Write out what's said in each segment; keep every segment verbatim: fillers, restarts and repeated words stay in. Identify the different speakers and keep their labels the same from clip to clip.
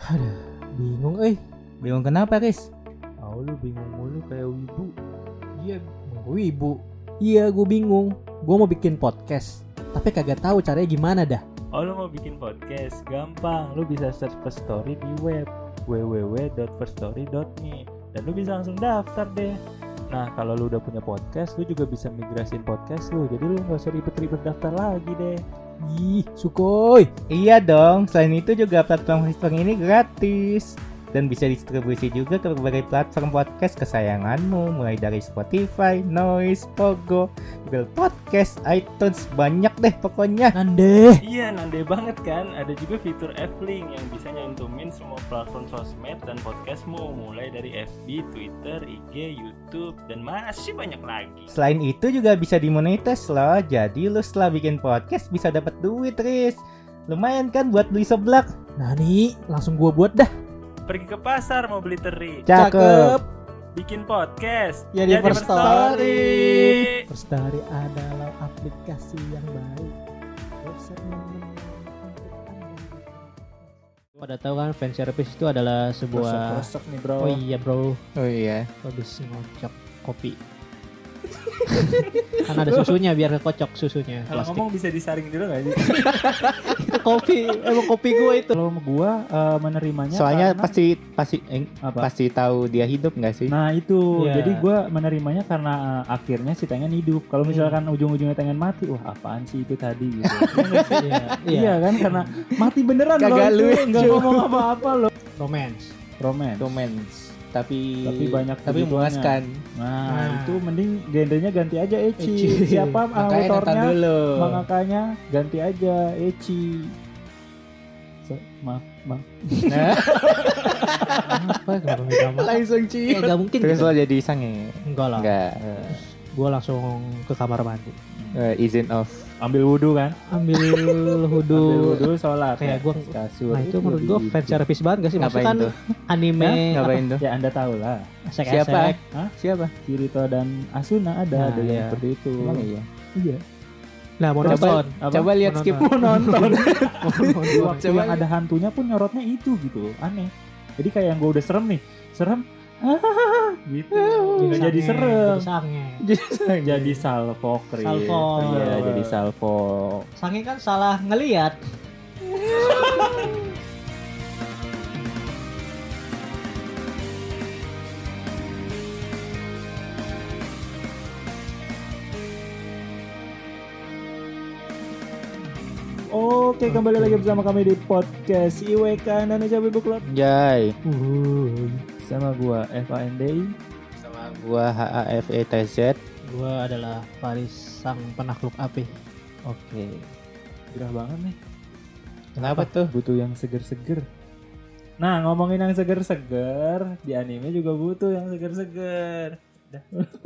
Speaker 1: Aduh, bingung eh.
Speaker 2: Bingung kenapa, Riz?
Speaker 1: Oh, lu bingung mulu kayak wibu. Iya, gue wibu. Iya, gue bingung. Gue mau bikin podcast, tapi kagak tahu caranya gimana dah.
Speaker 3: Oh, lu mau bikin podcast? Gampang, lu bisa search First Story di web w w w dot first story dot me dan lu bisa langsung daftar deh. Nah, kalau lu udah punya podcast, lu juga bisa migrasin podcast lu. Jadi lu gak usah ribet-ribet daftar lagi deh.
Speaker 1: Ih, Sukoy.
Speaker 2: Iya dong, selain itu juga platform hosting ini gratis dan bisa distribusi juga ke berbagai platform podcast kesayanganmu, mulai dari Spotify, Noise, Pogo, Google Podcast, iTunes, banyak deh pokoknya.
Speaker 1: Nande.
Speaker 3: Iya, nande banget kan? Ada juga fitur F-Link yang bisa nyantumin semua platform sosmed dan podcastmu, mulai dari F B, Twitter, I G, YouTube, dan masih banyak lagi.
Speaker 2: Selain itu juga bisa dimonetize loh, jadi lu setelah bikin podcast bisa dapat duit, Riz. Lumayan kan buat beli seblak.
Speaker 1: Nah nih, langsung gua buat dah.
Speaker 3: Pergi ke pasar mau beli teri,
Speaker 2: Cakep.
Speaker 3: bikin podcast,
Speaker 1: Ya di
Speaker 3: jadi
Speaker 1: First
Speaker 3: First
Speaker 1: Story.
Speaker 3: Story.
Speaker 1: First Story adalah aplikasi yang baik. Website yang benar untuk Anda.
Speaker 4: Pada tahu kan fan service itu adalah sebuah
Speaker 3: Resek nih bro.
Speaker 4: oh iya bro,
Speaker 2: Oh iya.
Speaker 4: habis ngocok kopi. Kan ada susunya biar kekocok susunya.
Speaker 3: Kalau
Speaker 4: Plastik.
Speaker 3: ngomong bisa disaring dulu nggak sih?
Speaker 4: Itu kopi, emang kopi gua itu.
Speaker 3: Kalau gua uh, menerimanya
Speaker 2: Soalnya
Speaker 3: karena-
Speaker 2: pasti pasti eh,
Speaker 3: apa?
Speaker 2: pasti tahu dia hidup nggak sih?
Speaker 3: Nah itu,
Speaker 4: Iya.
Speaker 3: jadi gue menerimanya karena uh, akhirnya si Tengen hidup. Kalau misalkan ujung-ujungnya Tengen mati, wah apaan sih itu tadi gitu.
Speaker 4: Iya,
Speaker 3: Iya kan, karena mati beneran
Speaker 2: Kagak
Speaker 3: loh itu,
Speaker 2: lucu.
Speaker 3: nggak ngomong apa-apa loh.
Speaker 4: Romance.
Speaker 3: Romance.
Speaker 2: Romance. Tapi
Speaker 3: Tapi banyak
Speaker 2: tapi
Speaker 3: begituannya.
Speaker 2: memuaskan.
Speaker 3: Nah,
Speaker 4: Nah.
Speaker 3: itu mending genrenya ganti aja Ecchi.
Speaker 4: Ecchi.
Speaker 3: Siapa
Speaker 2: Makanya nonton
Speaker 3: autornya?
Speaker 2: dulu.
Speaker 3: Mangakanya ganti aja Ecchi. So, maaf, maaf.
Speaker 2: Nah,
Speaker 4: Apa kenapa minta maaf?
Speaker 2: langsung
Speaker 4: Eh,
Speaker 2: cium.
Speaker 4: gak mungkin
Speaker 2: Terus
Speaker 4: gitu.
Speaker 2: lo jadi sange?
Speaker 4: Enggak lah.
Speaker 2: Enggak.
Speaker 4: Gua langsung ke kamar mandi.
Speaker 2: Uh, izin off.
Speaker 3: Ambil wudhu kan?
Speaker 4: Ambil
Speaker 3: Ambil
Speaker 4: wudhu.
Speaker 3: wudhu, sholat.
Speaker 4: Kayak
Speaker 3: ya.
Speaker 4: gua
Speaker 3: kasur.
Speaker 4: Nah itu menurut gua fan service banget gak sih? Maksudnya
Speaker 2: Ngapain
Speaker 4: kan
Speaker 2: tuh?
Speaker 4: anime
Speaker 2: Ngapain tuh?
Speaker 3: Ya Anda tahu lah.
Speaker 4: esek-esek.
Speaker 2: Siapa?
Speaker 3: Hah?
Speaker 2: Siapa?
Speaker 3: Kirito dan Asuna ada,
Speaker 4: Nah,
Speaker 3: ada yang
Speaker 4: iya.
Speaker 3: seperti itu.
Speaker 2: Emang iya.
Speaker 3: Iya.
Speaker 4: Nah mau
Speaker 2: Coba,
Speaker 4: nonton.
Speaker 3: Apa?
Speaker 2: coba lihat
Speaker 4: Mau
Speaker 2: skip
Speaker 4: nonton.
Speaker 2: mau nonton.
Speaker 3: Waktu
Speaker 2: Coba
Speaker 3: yang ada hantunya pun nyorotnya itu gitu, aneh. Jadi kayak yang gue udah serem nih, serem, gitu. Nggak jadi
Speaker 4: sange,
Speaker 3: serem,
Speaker 4: Jadi sange.
Speaker 3: jadi salvo, Kris.
Speaker 4: Salvo.
Speaker 3: Iya, jadi salvo.
Speaker 4: Sange kan salah ngelihat.
Speaker 3: Oke, kembali lagi bersama kami di podcast I W K Indonesia Wibu Club.
Speaker 2: Jai.
Speaker 3: Sama gua F A N D I.
Speaker 2: Sama gua H A F E T Z.
Speaker 4: Gua adalah Paris sang penakluk api.
Speaker 3: Oke, gerah banget nih.
Speaker 2: Kenapa tuh?
Speaker 3: Butuh yang seger-seger. Nah, ngomongin yang seger-seger, di anime juga butuh yang seger-seger. Dah.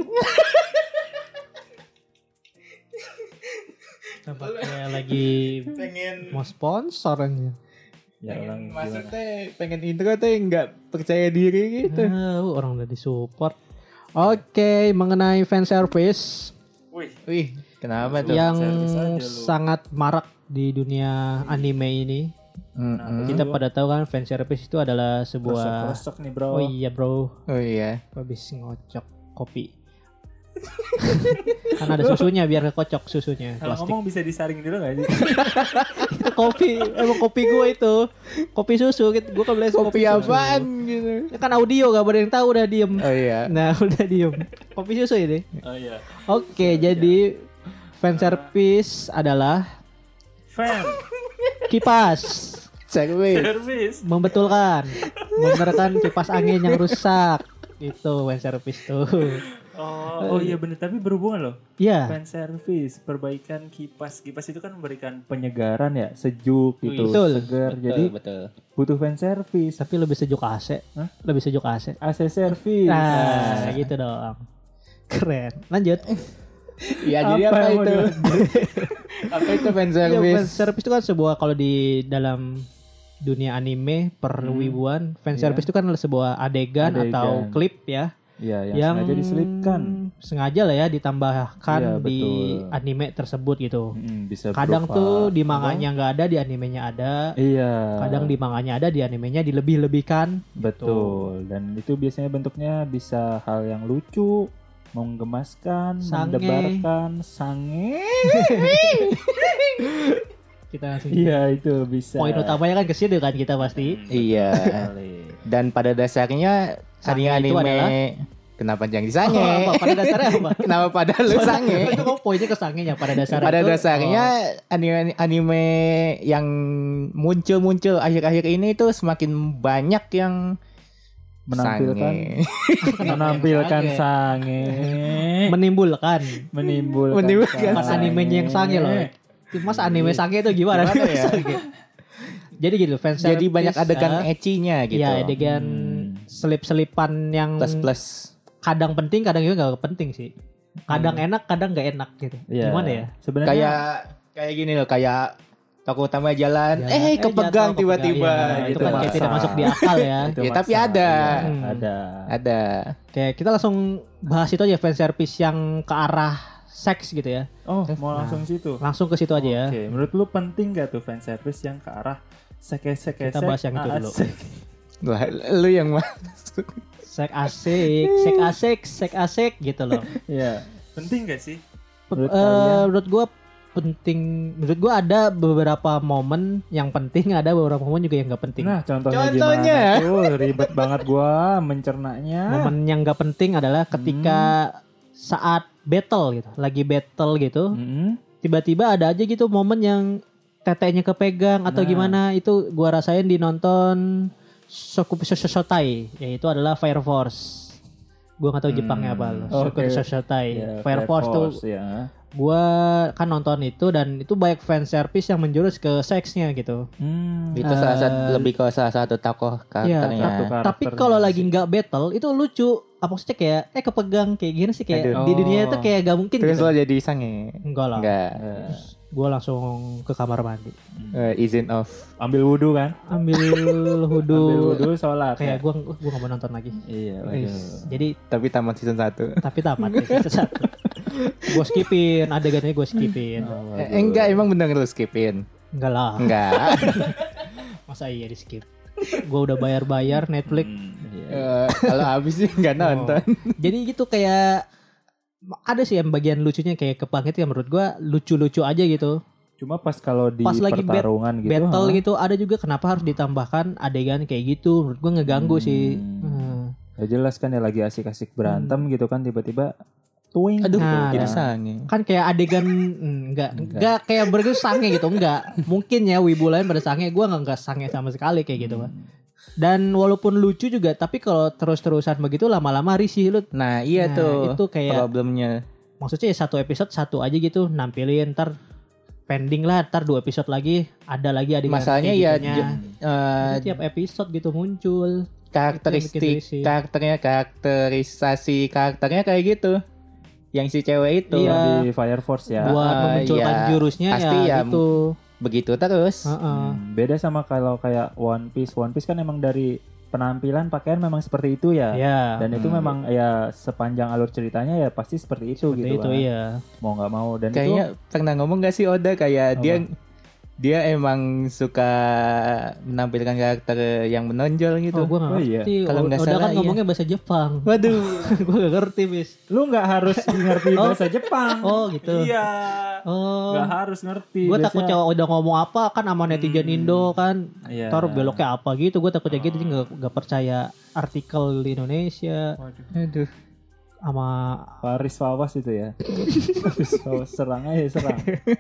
Speaker 4: Tampaknya lagi
Speaker 2: Pengen
Speaker 4: mau sponsornya.
Speaker 3: Ya
Speaker 2: pengen
Speaker 3: orang
Speaker 2: masuk
Speaker 3: gimana?
Speaker 2: teh, pengen intro teh nggak percaya diri gitu.
Speaker 4: Ah, orang udah disupport. Oke, mengenai fan service
Speaker 3: Wih,
Speaker 2: Wih, kenapa tuh?
Speaker 4: yang
Speaker 3: service aja lu.
Speaker 4: sangat marak di dunia anime ini.
Speaker 2: Mm-mm.
Speaker 4: Kita pada tahu kan fan service itu adalah sebuah
Speaker 3: Rosok-rosok nih bro.
Speaker 4: oh iya bro,
Speaker 2: Oh iya.
Speaker 4: habis ngocok kopi. Kan ada susunya biar kekocok susunya.
Speaker 3: Kalau
Speaker 4: Plastik.
Speaker 3: ngomong bisa disaring dulu gak sih?
Speaker 4: Itu kopi, emang kopi gua itu. Kopi susu gitu. Gua kan beli
Speaker 2: Kopi
Speaker 4: susu.
Speaker 2: apaan gitu?
Speaker 4: Ya kan audio gak ada yang tahu udah diem.
Speaker 2: Oh iya.
Speaker 4: Nah, udah diem. Kopi susu ini.
Speaker 3: Oh iya.
Speaker 4: Oke, jadi fan service adalah
Speaker 3: Fan
Speaker 4: kipas.
Speaker 2: Service.
Speaker 3: service.
Speaker 4: Membetulkan, membenarkan kipas angin yang rusak. Itu fan service tuh.
Speaker 3: Oh, oh iya bener, tapi berhubungan loh.
Speaker 4: Iya.
Speaker 3: Fan service, perbaikan kipas. Kipas itu kan memberikan penyegaran ya, sejuk gitu,
Speaker 4: Betul.
Speaker 3: segar. Jadi
Speaker 2: betul.
Speaker 3: butuh fan service.
Speaker 4: Tapi lebih sejuk A C.
Speaker 3: Hah?
Speaker 4: Lebih sejuk A C.
Speaker 3: A C service.
Speaker 4: Nah, gitu dong. Keren. Lanjut.
Speaker 2: Iya, jadi
Speaker 3: Apa
Speaker 2: apa
Speaker 3: yang mau
Speaker 2: itu?
Speaker 3: dilanjut?
Speaker 2: Apa itu fan
Speaker 4: Ya, fan
Speaker 2: service?
Speaker 4: service itu kan sebuah kalau di dalam dunia anime perwibuan, fan
Speaker 3: Iya.
Speaker 4: service itu kan adalah sebuah adegan,
Speaker 3: Adegan.
Speaker 4: atau klip ya
Speaker 3: Iya, yang,
Speaker 4: yang
Speaker 3: sengaja diselipkan.
Speaker 4: sengaja lah ya ditambahkan
Speaker 3: Iya,
Speaker 4: di
Speaker 3: betul.
Speaker 4: anime tersebut gitu.
Speaker 3: Mm, bisa
Speaker 4: Kadang
Speaker 3: berupa-
Speaker 4: tuh di manganya nggak ada, di animenya ada.
Speaker 3: Iya.
Speaker 4: Kadang di manganya ada, di animenya dilebih-lebihkan.
Speaker 3: Betul. Dan itu biasanya bentuknya bisa hal yang lucu, menggemaskan,
Speaker 4: Sange.
Speaker 3: mendebarkan, sange.
Speaker 4: Kita langsung.
Speaker 3: Iya, itu bisa.
Speaker 4: Poin utamanya kan ke situ kan kita pasti.
Speaker 2: Iya.
Speaker 3: Sekali.
Speaker 2: Dan pada dasarnya
Speaker 4: Sange
Speaker 2: anime
Speaker 4: itu adalah-
Speaker 2: kenapa jangan
Speaker 4: Oh,
Speaker 2: disange?
Speaker 4: apa? Pada dasarnya apa?
Speaker 2: Kenapa pada lu sange?
Speaker 4: Itu kok poinnya ke sangenya pada dasarnya.
Speaker 2: Pada
Speaker 4: itu,
Speaker 2: dasarnya
Speaker 4: oh,
Speaker 2: anime anime yang muncul-muncul akhir-akhir ini tuh semakin banyak yang
Speaker 3: Menampilkan
Speaker 2: sange.
Speaker 3: menampilkan
Speaker 4: Sange.
Speaker 3: sange.
Speaker 4: menimbulkan.
Speaker 3: Menimbulkan.
Speaker 2: Menimbulkan
Speaker 4: Pas
Speaker 3: sange.
Speaker 4: animenya yang sange loh. Mas anime sange itu gimana?
Speaker 2: Gimana ya?
Speaker 4: Sange. Jadi gitu fans
Speaker 2: Jadi
Speaker 4: service,
Speaker 2: banyak adegan
Speaker 4: ah,
Speaker 2: ecchinya gitu.
Speaker 4: Iya, adegan
Speaker 3: Hmm.
Speaker 4: selip-selipan yang
Speaker 2: Plus plus.
Speaker 4: kadang penting, kadang juga gak penting sih. Kadang
Speaker 2: Hmm.
Speaker 4: enak, kadang gak enak gitu.
Speaker 3: Iya.
Speaker 4: Gimana ya?
Speaker 3: Sebenarnya
Speaker 2: Kayak kayak gini loh, kayak tokoh utama jalan,
Speaker 4: Jalan,
Speaker 2: eh
Speaker 4: eh,
Speaker 2: kepegang
Speaker 4: jatuh,
Speaker 2: tiba-tiba
Speaker 4: kepegang, iya.
Speaker 2: gitu.
Speaker 4: Itu kan kayak
Speaker 3: masa.
Speaker 4: tidak masuk di akal ya.
Speaker 3: itu
Speaker 2: Ya, tapi
Speaker 3: maksa.
Speaker 2: ada.
Speaker 3: Iya,
Speaker 4: Hmm.
Speaker 3: ada.
Speaker 2: Ada.
Speaker 4: Kayak kita langsung bahas itu aja fan service yang ke arah seks gitu ya.
Speaker 3: Oh, mau
Speaker 4: Nah.
Speaker 3: langsung situ.
Speaker 4: Langsung ke situ aja ya.
Speaker 3: Oke, menurut lu penting gak tuh fan service yang ke arah sek-sek-sek?
Speaker 4: Kita bahas yang itu dulu.
Speaker 2: Wah, lu yang mah.
Speaker 4: Sek asik, sek asik, sek asik gitu loh.
Speaker 3: Iya. Penting gak sih?
Speaker 4: Pe-
Speaker 3: Menurut
Speaker 4: eh,
Speaker 3: kalian?
Speaker 4: menurut gua penting, menurut gua ada beberapa momen yang penting, ada beberapa momen juga yang nggak penting.
Speaker 3: Nah, contohnya,
Speaker 2: Contohnya?
Speaker 3: gimana tuh? Ribet banget gua mencernanya.
Speaker 4: Momen yang nggak penting adalah ketika saat battle gitu, lagi battle gitu,
Speaker 3: Mm-mm.
Speaker 4: tiba-tiba ada aja gitu momen yang tetenya kepegang atau
Speaker 3: Nah.
Speaker 4: gimana. Itu gua rasain di nonton Sokupi Shoshotai, yaitu adalah Fire Force. Gua nggak tahu Jepangnya apa loh.
Speaker 3: Oke.
Speaker 4: Sokupi Shoshotai.
Speaker 3: Ya,
Speaker 4: Fire Force tuh
Speaker 3: ya.
Speaker 4: gua kan nonton itu dan itu banyak fan service yang menjurus ke seksnya gitu.
Speaker 3: Hmm.
Speaker 2: Itu salah satu
Speaker 4: Eh,
Speaker 2: lebih ke salah satu tokoh karakternya.
Speaker 3: satu karakter.
Speaker 4: Tapi kalau lagi nggak battle itu lucu. Apa maksudnya kayak eh kepegang kayak gini sih kayak
Speaker 2: Aduh.
Speaker 4: di dunia itu
Speaker 3: Oh.
Speaker 4: kayak gak mungkin
Speaker 2: Terus
Speaker 4: gitu.
Speaker 2: lo jadi sange.
Speaker 4: Enggak lah.
Speaker 2: Enggak.
Speaker 3: Eh,
Speaker 4: Gue langsung ke kamar mandi.
Speaker 2: Eh, izin off.
Speaker 3: ambil wudhu kan?
Speaker 4: Ambil hudu.
Speaker 3: Ambil wudhu sholat.
Speaker 4: Kayak
Speaker 3: ya?
Speaker 4: gue gue gak mau nonton lagi.
Speaker 3: Iya,
Speaker 4: Wis.
Speaker 3: waduh.
Speaker 4: Jadi
Speaker 2: Tapi tamat season satu.
Speaker 4: tapi tamat ya, season satu. Gue skipin adegannya gue skipin.
Speaker 3: Oh,
Speaker 2: Eh,
Speaker 3: waduh.
Speaker 2: enggak, emang bener lu skipin.
Speaker 4: Enggak lah.
Speaker 2: Enggak.
Speaker 4: Masa iya di skip. Gue udah bayar-bayar Netflix.
Speaker 3: Hmm, iya.
Speaker 2: Eh, kalau habis sih enggak nonton.
Speaker 4: Jadi gitu kayak ada sih yang bagian lucunya kayak kepang itu yang menurut gue lucu-lucu aja gitu.
Speaker 3: Cuma pas kalau di
Speaker 4: Pas lagi bat-
Speaker 3: pertarungan gitu.
Speaker 4: Battle
Speaker 3: ha?
Speaker 4: gitu ada juga kenapa harus ditambahkan adegan kayak gitu. Menurut gue ngeganggu
Speaker 3: Hmm.
Speaker 4: sih. Hmm.
Speaker 3: Ya jelas kan ya lagi asik-asik berantem gitu kan tiba-tiba tuing.
Speaker 2: Aduh,
Speaker 4: Nah,
Speaker 2: jadi
Speaker 4: nah.
Speaker 2: sange.
Speaker 4: Kan kayak adegan mm, enggak
Speaker 3: Enggak.
Speaker 4: enggak kayak berarti sange gitu enggak. Mungkin ya wibu lain pada sange, gue enggak enggak sange sama sekali kayak gitu kan. Dan walaupun lucu juga tapi kalau terus-terusan begitu lama-lama risih lu.
Speaker 2: Nah, iya
Speaker 4: Nah,
Speaker 2: tuh.
Speaker 4: itu kayak
Speaker 2: Problemnya.
Speaker 4: maksudnya ya satu episode satu aja gitu nampilin, ntar pending lah, ntar dua episode lagi ada lagi adegan
Speaker 2: Masalahnya
Speaker 4: kayak
Speaker 2: ya
Speaker 4: gitunya.
Speaker 2: j- eh,
Speaker 4: Jadi tiap episode gitu muncul.
Speaker 2: karakteristik
Speaker 4: Itu yang bikin risih.
Speaker 2: karakternya karakterisasi karakternya kayak gitu. Yang si cewek itu
Speaker 4: Iya.
Speaker 3: Di Fire Force ya.
Speaker 4: Buat
Speaker 2: Ah,
Speaker 4: memunculkan
Speaker 2: ya,
Speaker 4: jurusnya
Speaker 2: pasti
Speaker 4: ya,
Speaker 2: ya,
Speaker 4: gitu.
Speaker 2: begitu terus.
Speaker 4: Heeh.
Speaker 3: Hmm, beda sama kalau kayak One Piece. One Piece kan emang dari penampilan pakaian memang seperti itu ya.
Speaker 4: Ya.
Speaker 3: Dan itu
Speaker 2: Hmm.
Speaker 3: memang ya sepanjang alur ceritanya ya pasti seperti itu
Speaker 4: Seperti
Speaker 3: gitu
Speaker 4: itu
Speaker 3: kan.
Speaker 4: iya.
Speaker 3: Mau nggak mau dan
Speaker 2: Kayaknya pernah ngomong gak sih Oda kayak
Speaker 3: Apa?
Speaker 2: dia dia emang suka menampilkan karakter yang menonjol gitu.
Speaker 4: Oh, gue gak
Speaker 3: Oh, iya.
Speaker 4: ngerti.
Speaker 2: Kalau nggak
Speaker 4: Udah
Speaker 2: salah,
Speaker 4: kan
Speaker 2: iya.
Speaker 4: ngomongnya bahasa Jepang.
Speaker 2: Waduh.
Speaker 4: Gue gak ngerti, bis.
Speaker 3: itu lu nggak harus ngerti
Speaker 4: Oh.
Speaker 3: bahasa Jepang.
Speaker 4: Oh, gitu.
Speaker 3: Iya.
Speaker 4: Oh.
Speaker 3: Nggak harus ngerti.
Speaker 4: Gue
Speaker 3: Biasanya-
Speaker 4: takutnya udah ngomong apa kan sama netizen
Speaker 3: Hmm.
Speaker 4: Indo kan.
Speaker 3: Iya.
Speaker 4: Ntar beloknya apa gitu. Gue takutnya gitu. Jadi gak, gak percaya artikel di Indonesia.
Speaker 2: Aduh.
Speaker 4: Sama
Speaker 3: Faris Fawas itu ya. Faris Fawas, serang aja serang.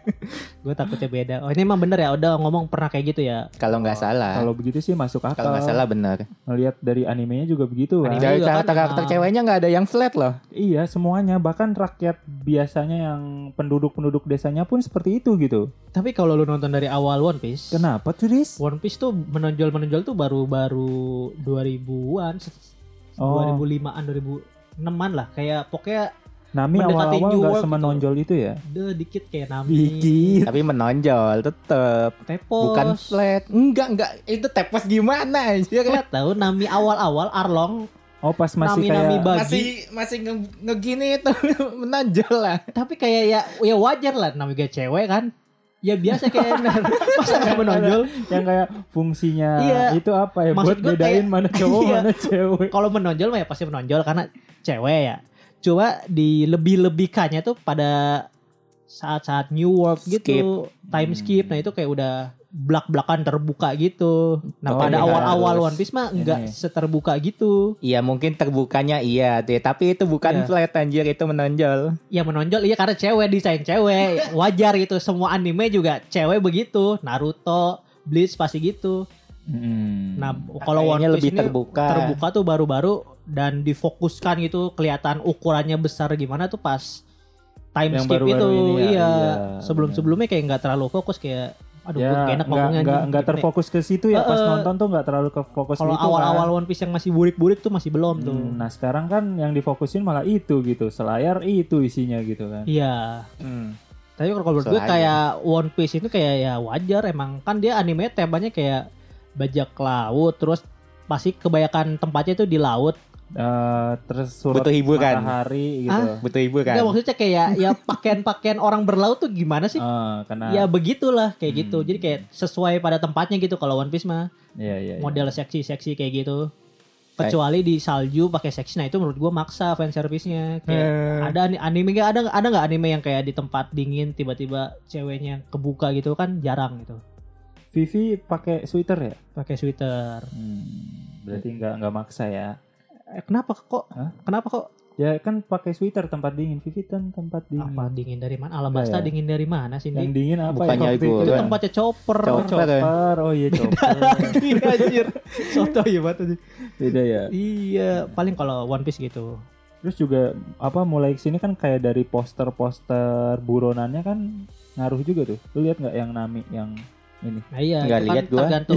Speaker 4: gue takutnya beda. Oh ini emang bener ya. Udah ngomong pernah kayak gitu ya.
Speaker 2: Kalau nggak salah.
Speaker 3: Kalau begitu sih masuk akal.
Speaker 2: Kalau nggak salah benar.
Speaker 3: Ngelihat dari animenya juga begitu kan.
Speaker 4: Anime
Speaker 2: Dari
Speaker 4: juga kan,
Speaker 2: karakter-karakter
Speaker 4: ah.
Speaker 2: ceweknya nggak ada yang flat loh.
Speaker 3: Iya semuanya bahkan rakyat biasanya yang penduduk-penduduk desanya pun seperti itu gitu.
Speaker 4: Tapi kalau lu nonton dari awal One Piece.
Speaker 3: Kenapa tuh Riz?
Speaker 4: One Piece tuh menonjol-menonjol tuh baru-baru dua ribuan.
Speaker 3: Oh.
Speaker 4: dua ribu limaan, dua ribu enaman lah. Kayak pokoknya
Speaker 3: Nami
Speaker 4: Mendekati
Speaker 3: awal-awal
Speaker 4: New
Speaker 3: nggak
Speaker 4: World
Speaker 3: semenonjol itu ya?
Speaker 4: deh dikit kayak Nami.
Speaker 3: Dikit.
Speaker 2: Tapi menonjol tetep.
Speaker 4: Tepos.
Speaker 2: Bukan flat. Enggak, enggak. Itu tepos gimana anjir?
Speaker 4: Lihat tahu Nami awal-awal Arlong
Speaker 3: Oh pas masih
Speaker 4: nami-nami
Speaker 3: kayak
Speaker 4: bagi.
Speaker 2: Masih masih nge- ngegini itu menonjol lah.
Speaker 4: Tapi kayak ya ya wajar lah namanya cewek kan. Ya biasa kayak masa nggak menonjol.
Speaker 3: yang kayak fungsinya
Speaker 4: Iya.
Speaker 3: itu apa ya?
Speaker 4: Maksud
Speaker 3: Buat
Speaker 4: gua
Speaker 3: bedain
Speaker 4: kayak-
Speaker 3: mana cowok
Speaker 4: Iya.
Speaker 3: mana cewek.
Speaker 4: Kalau menonjol mah ya pasti menonjol karena cewek ya. Coba di lebih-lebihkannya tuh pada saat-saat New World
Speaker 2: Skip.
Speaker 4: gitu, time skip. Nah itu kayak udah blak-blakan terbuka gitu. Nah
Speaker 3: Oh,
Speaker 4: pada
Speaker 3: iya,
Speaker 4: awal-awal
Speaker 2: harus.
Speaker 4: One Piece mah enggak
Speaker 3: Ini.
Speaker 4: seterbuka gitu.
Speaker 2: Iya mungkin terbukanya iya deh, tapi itu bukan
Speaker 4: Iya.
Speaker 2: flat anjir, itu menonjol.
Speaker 4: Ya menonjol iya karena cewek, desain cewek. Wajar gitu, semua anime juga cewek begitu. Naruto, Bleach pasti gitu.
Speaker 3: Hmm.
Speaker 4: Nah kalau One
Speaker 2: Kayaknya
Speaker 4: Piece
Speaker 2: lebih
Speaker 4: ini
Speaker 2: terbuka.
Speaker 4: terbuka tuh baru-baru dan difokuskan gitu, kelihatan ukurannya besar gimana tuh pas time
Speaker 3: Yang
Speaker 4: skip
Speaker 3: baru-baru
Speaker 4: itu.
Speaker 3: ini ya,
Speaker 4: Iya.
Speaker 3: iya,
Speaker 4: Sebelum-sebelumnya kayak nggak terlalu fokus kayak aduh
Speaker 3: ya,
Speaker 4: gue gak enak
Speaker 3: nggak
Speaker 4: ngomongnya
Speaker 3: nggak
Speaker 4: anjing.
Speaker 3: nggak
Speaker 4: Gini.
Speaker 3: terfokus ke situ ya pas
Speaker 4: Eh, eh.
Speaker 3: nonton tuh nggak terlalu ke fokus
Speaker 4: Kalau
Speaker 3: gitu
Speaker 4: awal-awal
Speaker 3: kan.
Speaker 4: One Piece yang masih burik-burik tuh masih belum tuh.
Speaker 3: Hmm, nah sekarang kan yang difokusin malah itu gitu, selayar itu isinya gitu kan.
Speaker 4: Iya.
Speaker 2: Hmm.
Speaker 4: Tapi kalau menurut gue
Speaker 2: Soalnya.
Speaker 4: kayak One Piece itu kayak ya wajar emang kan dia anime temanya kayak bajak laut terus pasti kebanyakan tempatnya tuh di laut.
Speaker 3: Eh, terus surat
Speaker 2: Butuh hiburan.
Speaker 3: matahari gitu.
Speaker 4: Ah?
Speaker 2: Butuh ibu kan.
Speaker 4: Enggak maksudnya kayak ya pakaian-pakaian orang berlaut tuh gimana sih?
Speaker 3: Eh, karena
Speaker 4: Ya begitulah kayak
Speaker 3: Hmm.
Speaker 4: gitu. Jadi kayak sesuai pada tempatnya gitu kalau One Piece mah.
Speaker 3: iya iya. iya.
Speaker 4: Model seksi-seksi kayak gitu. Kecuali di salju pakai seksi. Nah itu menurut gua maksa fan service-nya. Kayak
Speaker 2: Eh.
Speaker 4: ada ani- anime gak ada ada nggak anime yang kayak di tempat dingin tiba-tiba ceweknya kebuka gitu kan jarang gitu.
Speaker 3: Vivi pakai sweater ya?
Speaker 4: Pakai sweater.
Speaker 3: Hmm, berarti nggak nggak maksa ya?
Speaker 4: Eh, kenapa kok?
Speaker 3: Hah?
Speaker 4: Kenapa kok?
Speaker 3: Ya kan pakai sweater tempat dingin. Vivi kan tempat dingin.
Speaker 4: Apa dingin dari mana? Alabasta
Speaker 3: Enggak ya?
Speaker 4: dingin dari mana sih?
Speaker 3: Yang
Speaker 4: Di?
Speaker 3: dingin apa
Speaker 2: Bukannya
Speaker 3: ya? waktu
Speaker 2: ibu-
Speaker 3: itu?
Speaker 4: Itu
Speaker 2: Kan.
Speaker 4: tempatnya chopper.
Speaker 2: Chopper.
Speaker 3: Chopper. Oh iya chopper.
Speaker 4: Iya anjir. Soto ya banget anjir.
Speaker 3: Beda ya.
Speaker 4: Iya, paling kalau One Piece gitu.
Speaker 3: Terus juga apa mulai kesini kan kayak dari poster-poster buronannya kan ngaruh juga tuh. Lu lihat nggak yang Nami yang ini?
Speaker 4: Nah iya,
Speaker 2: Nggak
Speaker 4: itu kan
Speaker 2: lihat gua.
Speaker 4: tergantung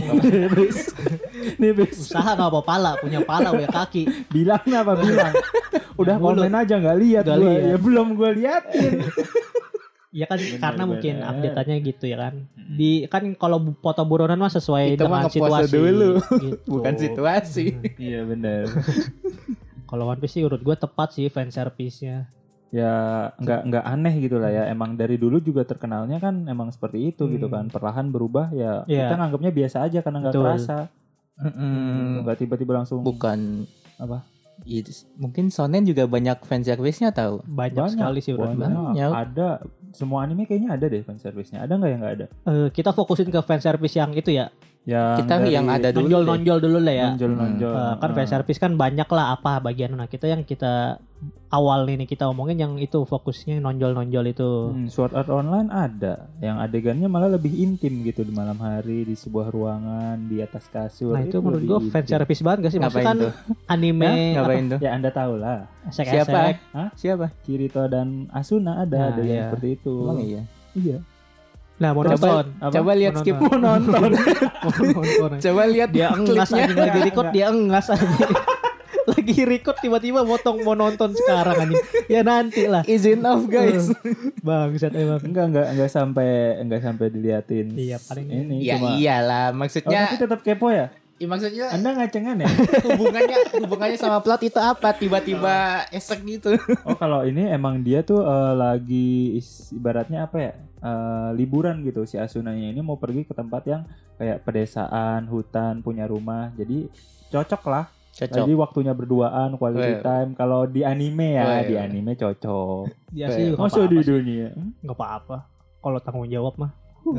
Speaker 3: Nih bis.
Speaker 4: usaha nggak apa pala, punya pala, punya kaki.
Speaker 3: Bilang apa bilang? Udah
Speaker 4: Mulut.
Speaker 3: komen aja nggak lihat
Speaker 4: Nggak
Speaker 3: gua.
Speaker 4: lihat.
Speaker 3: Ya belum gua liatin.
Speaker 4: Ya kan
Speaker 3: Bener,
Speaker 4: karena
Speaker 3: bener.
Speaker 4: mungkin update-nya gitu ya kan. Di kan kalau bu- foto buronan mah sesuai
Speaker 2: Itu mah
Speaker 4: dengan
Speaker 2: nge-pose
Speaker 4: situasi
Speaker 2: dulu.
Speaker 4: gitu.
Speaker 2: Bukan situasi.
Speaker 3: Iya benar.
Speaker 4: Kalau One Piece sih menurut gue tepat sih fan service-nya.
Speaker 3: Ya nggak nggak aneh gitu lah ya. Emang dari dulu juga terkenalnya kan emang seperti itu gitu kan.
Speaker 4: Hmm.
Speaker 3: Perlahan berubah ya.
Speaker 4: Iya.
Speaker 3: Kita nganggapnya biasa aja karena nggak
Speaker 4: Betul.
Speaker 3: kerasa.
Speaker 2: Mm-mm.
Speaker 3: Nggak tiba-tiba langsung
Speaker 2: Bukan
Speaker 3: apa?
Speaker 2: It- mungkin Shonen juga banyak fan service-nya tahu.
Speaker 4: Banyak, sekali sih menurut gue.
Speaker 3: banyak.
Speaker 2: Banyak.
Speaker 3: Ada semua anime kayaknya ada deh fan service-nya. Ada nggak yang nggak ada?
Speaker 4: Eh, kita fokusin ke fan service yang itu ya.
Speaker 3: Yang
Speaker 2: Kita
Speaker 3: dari
Speaker 2: yang ada dulu. deh.
Speaker 4: Nonjol-nonjol dulu lah ya.
Speaker 3: nonjol-nonjol.
Speaker 4: Eh, kan fan service kan banyak lah apa bagian. Nah kita yang kita awal nih kita omongin yang itu fokusnya nonjol-nonjol itu.
Speaker 3: Hmm, Sword Art Online ada, yang adegannya malah lebih intim gitu di malam hari di sebuah ruangan di atas kasur.
Speaker 4: Nah itu menurut gue
Speaker 3: lebih
Speaker 4: fan
Speaker 3: intim.
Speaker 4: service banget gak sih? Maksudnya
Speaker 2: Ngapain
Speaker 4: kan
Speaker 2: tuh?
Speaker 4: anime
Speaker 3: Hah?
Speaker 2: Ngapain tuh?
Speaker 3: Ya anda tahu lah,
Speaker 4: esek-esek.
Speaker 2: Siapa?
Speaker 3: Hah?
Speaker 2: Siapa?
Speaker 3: Kirito dan Asuna ada
Speaker 4: Nah,
Speaker 3: ada yang
Speaker 4: iya.
Speaker 3: seperti itu.
Speaker 2: Emang iya.
Speaker 3: Iya.
Speaker 4: Nah mau
Speaker 2: Coba-
Speaker 4: nonton.
Speaker 3: Apa?
Speaker 2: Coba lihat
Speaker 4: Mau
Speaker 2: skip.
Speaker 3: Mau nonton.
Speaker 4: Mau nonton.
Speaker 2: Coba lihat
Speaker 4: Dia engas
Speaker 2: klipnya.
Speaker 4: anjing lagi record dia engas anjing. Lagi record tiba-tiba motong mau nonton sekarang anjing. Ya nanti lah.
Speaker 2: Izin off guys.
Speaker 4: Bangsat emang.
Speaker 3: Enggak enggak enggak sampai enggak sampai diliatin.
Speaker 4: Iya, paling
Speaker 3: ini
Speaker 2: Ya
Speaker 3: cuma.
Speaker 2: iyalah,
Speaker 3: Oh,
Speaker 2: maksudnya
Speaker 3: tapi tetap kepo ya?
Speaker 2: ya maksudnya
Speaker 3: Anda ngacengan ya?
Speaker 2: hubungannya hubungannya sama plot itu apa? Tiba-tiba esek gitu.
Speaker 3: Oh kalau ini emang dia tuh eh, lagi is- ibaratnya apa ya eh, liburan gitu si Asunanya ini mau pergi ke tempat yang kayak pedesaan, hutan, punya rumah. Jadi cocok lah.
Speaker 2: Cocok.
Speaker 3: Jadi waktunya berduaan, quality
Speaker 2: Weh.
Speaker 3: time. Kalau di anime ya,
Speaker 2: Weh.
Speaker 3: di anime cocok.
Speaker 4: Dia sih enggak
Speaker 3: Masa di
Speaker 4: apa-apa. sih.
Speaker 3: dunia?
Speaker 4: Enggak apa-apa. Kalau tanggung jawab mah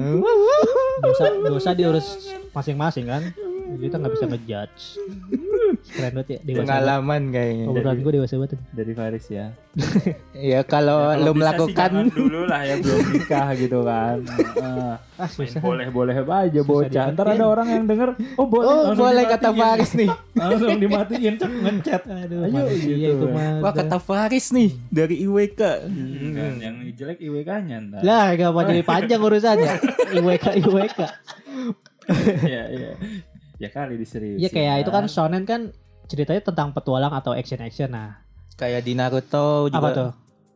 Speaker 4: dosa dosa diurus masing-masing kan. Kita nggak bisa ngejudge. Keren banget ya dewasa. banget.
Speaker 2: Pengalaman kayaknya.
Speaker 4: Obrolan gue dewasa banget.
Speaker 3: Dari Faris ya.
Speaker 2: Ya kalau lu melakukan
Speaker 3: dulu lah ya belum nikah gitu kan. Eh,
Speaker 4: Ah susah.
Speaker 3: boleh-boleh aja
Speaker 4: Susah
Speaker 3: bocah. Ntar
Speaker 4: dimatiin.
Speaker 3: ada orang yang denger, oh boleh.
Speaker 2: Oh
Speaker 3: langsung
Speaker 2: boleh kata
Speaker 3: dimatiin.
Speaker 2: Faris nih.
Speaker 3: Langsung dimatiin, cek ngechat.
Speaker 4: Aduh,
Speaker 3: Ayo,
Speaker 4: manusia
Speaker 3: gitu.
Speaker 4: itu mah.
Speaker 2: Wah kata Faris nih dari I W K.
Speaker 3: Kan, yang jelek I W K-nya ntar.
Speaker 4: Lah gak mau jadi panjang urusannya. I W K I W K.
Speaker 3: Iya, iya. Ya kali diseriusin.
Speaker 4: Iya kayak itu kan shonen kan ceritanya tentang petualang atau action-action. Nah,
Speaker 2: Kayak di Naruto juga.
Speaker 4: apa tuh?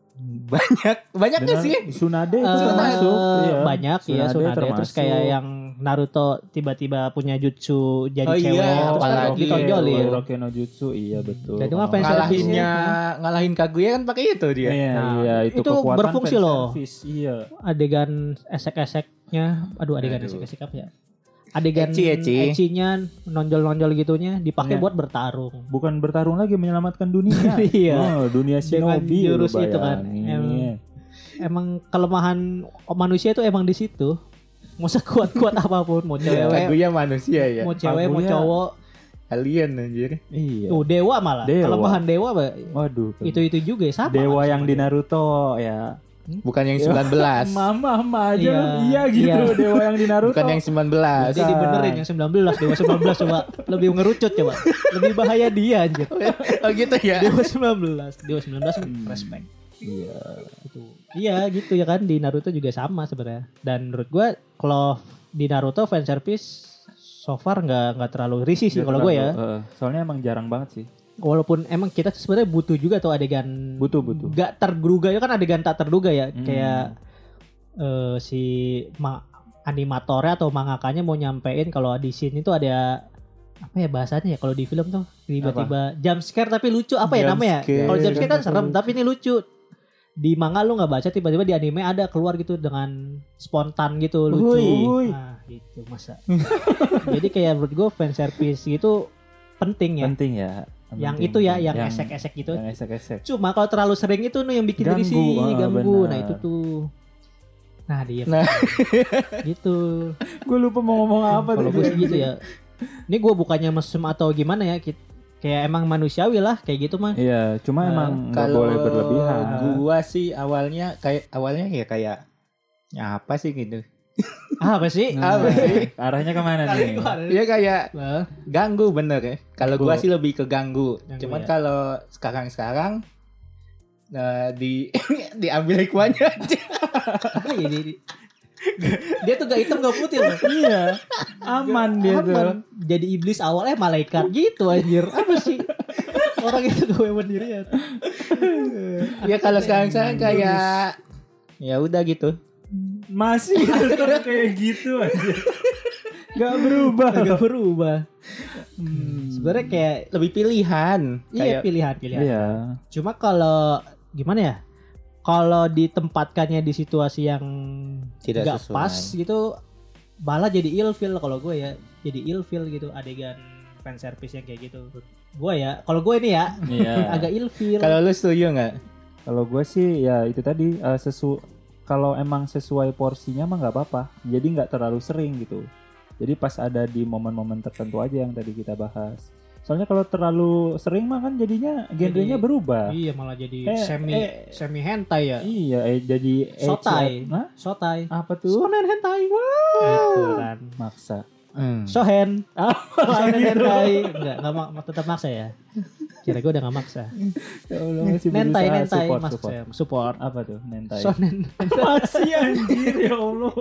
Speaker 2: Banyak banyak
Speaker 3: Benar,
Speaker 2: gak sih?
Speaker 3: Tsunade itu
Speaker 4: Eh,
Speaker 3: termasuk. Iya.
Speaker 4: banyak ya
Speaker 3: Tsunade
Speaker 4: Tsunade terus
Speaker 3: termasuk.
Speaker 4: kayak yang Naruto tiba-tiba punya jutsu jadi
Speaker 2: Oh iya,
Speaker 4: cewek terus kan
Speaker 2: apalagi
Speaker 4: ditonjolin.
Speaker 3: Rocky no Jutsu, iya betul.
Speaker 4: Dan itu mah
Speaker 3: Oh.
Speaker 4: fans
Speaker 2: ngalahinnya ngalahin Kaguya kan pakai itu dia.
Speaker 3: Iya,
Speaker 4: Nah,
Speaker 3: iya, itu,
Speaker 4: itu
Speaker 3: kekuatan
Speaker 4: berfungsi
Speaker 3: fan
Speaker 4: loh.
Speaker 3: service, Iya.
Speaker 4: Adegan esek-eseknya, aduh adegan
Speaker 2: Aduh.
Speaker 4: esek-esek apa ya? Adegan
Speaker 2: Ecchi, ecchi.
Speaker 4: ecinya nonjol-nonjol gitunya dipakai
Speaker 3: Iya.
Speaker 4: buat bertarung.
Speaker 3: Bukan bertarung lagi, menyelamatkan dunia.
Speaker 4: Iya.
Speaker 3: Oh, dunia
Speaker 4: Dengan
Speaker 3: shinobi. lu
Speaker 4: jurus itu kan.
Speaker 3: bayangin.
Speaker 4: Emang kelemahan manusia itu emang di situ. Mau sekuat-kuat apapun, mau cewek,
Speaker 2: Kaguya manusia ya.
Speaker 4: mau cewek, mau
Speaker 3: Kaguya.
Speaker 4: cowok,
Speaker 2: Alien anjir.
Speaker 3: Iya.
Speaker 4: tuh dewa malah.
Speaker 3: Dewa.
Speaker 4: Kelemahan dewa, Mbak.
Speaker 3: Waduh.
Speaker 4: Itu-itu juga ya, sama.
Speaker 3: Dewa
Speaker 4: kan
Speaker 3: yang
Speaker 4: sama
Speaker 3: di
Speaker 4: dia.
Speaker 3: Naruto ya.
Speaker 2: Bukan yang sembilan belas.
Speaker 3: Mama mama aja
Speaker 4: Iya,
Speaker 3: lu. Iya gitu,
Speaker 4: iya.
Speaker 3: dewa yang di Naruto.
Speaker 2: Bukan yang sembilan belas.
Speaker 4: Jadi dibenerin yang sembilan belas, dewa sembilan belas coba. Lebih ngerucut coba. Lebih bahaya dia anjir.
Speaker 2: Oh gitu ya.
Speaker 4: Dewa sembilan belas, Dewa sembilan belas
Speaker 3: Hmm.
Speaker 4: respect.
Speaker 3: Iya.
Speaker 4: Gitu. Iya gitu ya kan, di Naruto juga sama sebenarnya. Dan menurut gua kalau di Naruto fan service so far nggak nggak terlalu risih sih kalau gue ya.
Speaker 3: Uh, soalnya emang jarang banget sih.
Speaker 4: Walaupun emang kita tuh sebenarnya butuh juga tuh adegan
Speaker 3: Butuh, butuh.
Speaker 4: Gak terduga ya kan, adegan tak terduga ya.
Speaker 3: Hmm.
Speaker 4: Kayak eh, si ma- animatornya atau mangakanya mau nyampein kalau di scene itu ada apa ya bahasanya ya, kalau di film tuh tiba-tiba jump scare tapi lucu, apa ya
Speaker 2: Jump
Speaker 4: namanya?
Speaker 2: scare.
Speaker 4: Kalau jump scare kan serem tapi ini lucu. Di manga lu nggak baca, tiba-tiba di anime ada keluar gitu dengan spontan gitu, lucu.
Speaker 3: Hui, hui.
Speaker 4: Nah gitu masa. Jadi kayak menurut gue fan service gitu penting ya.
Speaker 3: Penting ya.
Speaker 4: Yang
Speaker 3: Penting.
Speaker 4: itu ya, yang esek-esek gitu.
Speaker 3: Yang esek-esek.
Speaker 4: Cuma kalau terlalu sering itu nih yang bikin
Speaker 3: Ganggu,
Speaker 4: risih,
Speaker 3: ah,
Speaker 4: ganggu.
Speaker 3: benar.
Speaker 4: Nah itu tuh. Nah dia.
Speaker 2: Nah.
Speaker 4: Gitu.
Speaker 3: Gue lupa mau ngomong apa
Speaker 4: Kalau gue sih gitu ya. Ini gue bukannya mesum atau gimana ya. Kit- Kayak emang manusiawi lah kayak gitu mah.
Speaker 3: Iya, cuma
Speaker 4: Nah,
Speaker 3: emang nggak
Speaker 2: Kalau
Speaker 3: boleh berlebihan.
Speaker 2: gua sih awalnya kayak awalnya ya kayak ya apa sih gitu.
Speaker 4: Ah, apa sih?
Speaker 2: Apa sih?
Speaker 3: Arahnya kemana nih?
Speaker 2: Dia kayak
Speaker 4: Nah,
Speaker 2: ganggu bener ya. Kalau gua
Speaker 3: Ganggu.
Speaker 2: sih lebih ke ganggu.
Speaker 4: Ganggu,
Speaker 2: Cuman
Speaker 4: ya.
Speaker 2: kalau sekarang-sekarang nah, di diambil hikmahnya aja.
Speaker 4: apa ya dia, dia tuh gak hitam gak putih loh.
Speaker 3: Iya, aman dia tuh.
Speaker 4: Aman. Jadi iblis awalnya malaikat gitu anjir. Apa sih? Orang itu gue pendirian.
Speaker 2: Ya kalau sekarang-sekarang kayak ya udah gitu.
Speaker 3: Masih tetap kayak gitu aja. Gak berubah.
Speaker 4: Agak berubah.
Speaker 3: Hmm.
Speaker 4: Sebenarnya kayak
Speaker 2: Lebih pilihan.
Speaker 4: iya
Speaker 2: Kayak
Speaker 4: pilihan-pilihan.
Speaker 3: Iya.
Speaker 4: Cuma kalau gimana ya? Kalau ditempatkannya di situasi yang
Speaker 2: Tidak
Speaker 4: nggak
Speaker 2: sesuai.
Speaker 4: pas gitu, malah jadi ilfil kalau gue ya. Jadi ilfil gitu adegan fan service yang kayak gitu. Gue ya, kalau gue ini ya
Speaker 3: Iya.
Speaker 4: agak ilfil.
Speaker 2: Kalau lu setuju nggak?
Speaker 3: Kalau gue sih ya itu tadi eh, sesu kalau emang sesuai porsinya mah nggak apa-apa. Jadi nggak terlalu sering gitu. Jadi pas ada di momen-momen tertentu aja yang tadi kita bahas. Soalnya kalau terlalu sering mah kan jadinya genrenya
Speaker 4: Jadi-
Speaker 3: berubah.
Speaker 4: Iya malah jadi
Speaker 3: Eh,
Speaker 4: semi
Speaker 3: eh.
Speaker 4: semi hentai ya.
Speaker 3: Iya, eh, jadi
Speaker 4: Sotai.
Speaker 3: Hah?
Speaker 4: Sotai.
Speaker 3: Apa tuh?
Speaker 4: Sonen hentai. Wah. Gitu kan.
Speaker 3: Maksa.
Speaker 2: Hmm.
Speaker 4: Sohen.
Speaker 3: Apa
Speaker 4: Sonen
Speaker 3: gitu?
Speaker 4: hentai. Enggak, enggak mak- tetap maksa ya. Kira gue udah enggak maksa.
Speaker 3: Ya Allah, masih
Speaker 4: Nentai,
Speaker 3: berusaha
Speaker 4: nentai,
Speaker 3: support,
Speaker 4: mas
Speaker 3: support.
Speaker 4: support. support.
Speaker 3: Apa tuh? Nentai.
Speaker 4: Sonen.
Speaker 3: Masih anjir ya Allah.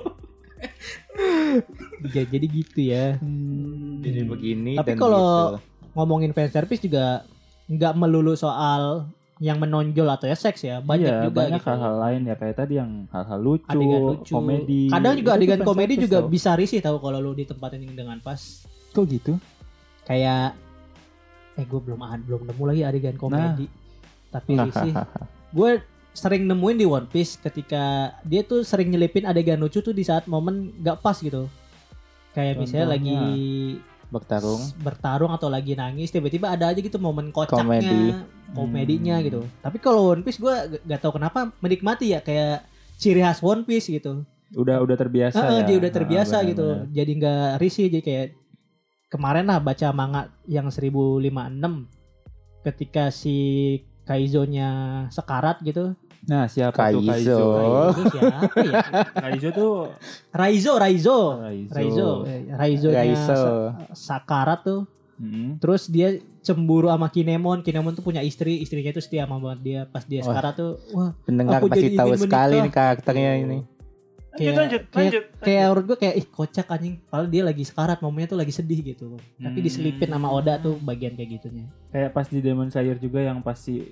Speaker 4: Ya, jadi gitu ya.
Speaker 2: Jadi begini.
Speaker 4: Tapi
Speaker 2: dan
Speaker 4: kalau-
Speaker 2: gitu.
Speaker 4: Ngomongin fan service juga nggak melulu soal yang menonjol atau ya seks ya. Banyak
Speaker 3: Iya,
Speaker 4: juga
Speaker 3: banyak
Speaker 4: gitu.
Speaker 3: hal-hal lain ya kayak tadi yang hal-hal lucu,
Speaker 4: Adegan lucu.
Speaker 3: komedi.
Speaker 4: Kadang juga
Speaker 3: Itu
Speaker 4: adegan
Speaker 3: fan
Speaker 4: komedi
Speaker 3: service
Speaker 4: juga
Speaker 3: tau.
Speaker 4: bisa risih tahu kalau lu ditempatin dengan pas.
Speaker 3: Kok gitu?
Speaker 4: Kayak eh gue belum ada belum nemu lagi adegan komedi. Tapi risih. Gue sering nemuin di One Piece ketika dia tuh sering nyelipin adegan lucu tuh di saat momen gak pas gitu. Kayak misalnya
Speaker 3: Contohnya?
Speaker 4: lagi
Speaker 2: bertarung.
Speaker 4: s- bertarung atau lagi nangis, tiba-tiba ada aja gitu momen kocaknya,
Speaker 2: Komedi.
Speaker 4: komedinya
Speaker 3: Hmm.
Speaker 4: gitu. Tapi kalau One Piece gue g- gak tahu kenapa menikmati ya, kayak ciri khas One Piece gitu.
Speaker 3: Udah udah terbiasa
Speaker 4: Heeh,
Speaker 3: ya.
Speaker 4: dia udah terbiasa
Speaker 3: Ah,
Speaker 4: gitu.
Speaker 3: benar-benar.
Speaker 4: Jadi nggak risih, jadi kayak kemarin lah baca manga yang seribu lima puluh enam ketika si Kaizo-nya sekarat gitu.
Speaker 3: Nah, siapa tuh
Speaker 2: Kaizo.
Speaker 3: Kaizo?
Speaker 4: Kaizo siapa ya?
Speaker 3: Kaizo tuh
Speaker 4: Raizo, Raizo.
Speaker 3: Raizo.
Speaker 4: Raizo. Eh, Raizo-nya
Speaker 2: Raizo.
Speaker 4: sa- sakarat tuh.
Speaker 3: Mm-mm.
Speaker 4: Terus dia cemburu sama Kinemon. Kinemon tuh punya istri, istrinya tuh setia sama banget dia. Pas dia
Speaker 2: Wah.
Speaker 4: sekarat tuh, wah,
Speaker 2: Pendengar
Speaker 4: Aku
Speaker 2: pasti
Speaker 4: jadi
Speaker 2: tahu
Speaker 4: ingin
Speaker 2: sekali
Speaker 4: menikah.
Speaker 2: nih karakternya ini.
Speaker 4: kayak kayak, kayak menurut gue kayak ih kocak anjing. Padahal dia lagi sekarat, momennya tuh lagi sedih gitu. Tapi
Speaker 3: Hmm.
Speaker 4: diselipin sama Oda tuh bagian kayak gitunya.
Speaker 3: Kayak pas di Demon Slayer juga yang pasti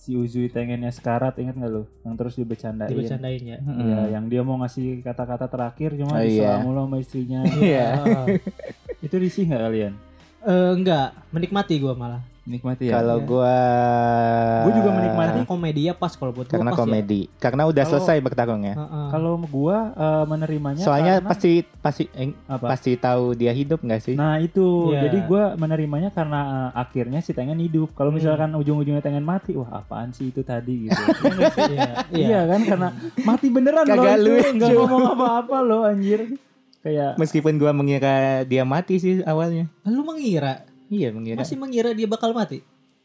Speaker 3: si Uzui tengennya sekarat, ingat nggak lu? Yang terus dibecandain.
Speaker 4: Dibecandain ya.
Speaker 3: Iya, yang dia mau ngasih kata-kata terakhir cuma
Speaker 2: Oh,
Speaker 3: disela
Speaker 2: iya.
Speaker 3: mulu sama istrinya.
Speaker 2: Iya.
Speaker 4: Ah.
Speaker 3: Itu risih nggak kalian?
Speaker 4: Eh, enggak, menikmati gue malah.
Speaker 3: Nikmati ya.
Speaker 2: Kalau
Speaker 4: Iya.
Speaker 2: gua
Speaker 3: Gua juga menikmati.
Speaker 4: Karena komedinya pas kalau buat gue
Speaker 2: karena
Speaker 4: pas
Speaker 2: komedi. Karena udah
Speaker 3: Kalau-
Speaker 2: selesai bertarungnya.
Speaker 4: ya. Heeh.
Speaker 3: Kalau gua uh, menerimanya
Speaker 2: Soalnya
Speaker 3: karena-
Speaker 2: pasti pasti eh,
Speaker 3: apa?
Speaker 2: pasti tahu dia hidup nggak sih?
Speaker 3: Nah itu,
Speaker 4: Iya.
Speaker 3: jadi gua menerimanya karena uh, akhirnya si Tengen hidup. Kalau
Speaker 4: Hmm.
Speaker 3: misalkan ujung-ujungnya Tengen mati, wah apaan sih itu tadi gitu.
Speaker 4: Iya, iya.
Speaker 3: Iya kan, karena mati beneran loh
Speaker 2: Kagak
Speaker 3: itu,
Speaker 2: lucu.
Speaker 3: nggak ngomong apa-apa loh anjir. Kayak
Speaker 2: Meskipun gua mengira dia mati sih awalnya.
Speaker 4: Lu mengira,
Speaker 2: Iya mengira.
Speaker 4: masih mengira dia bakal mati?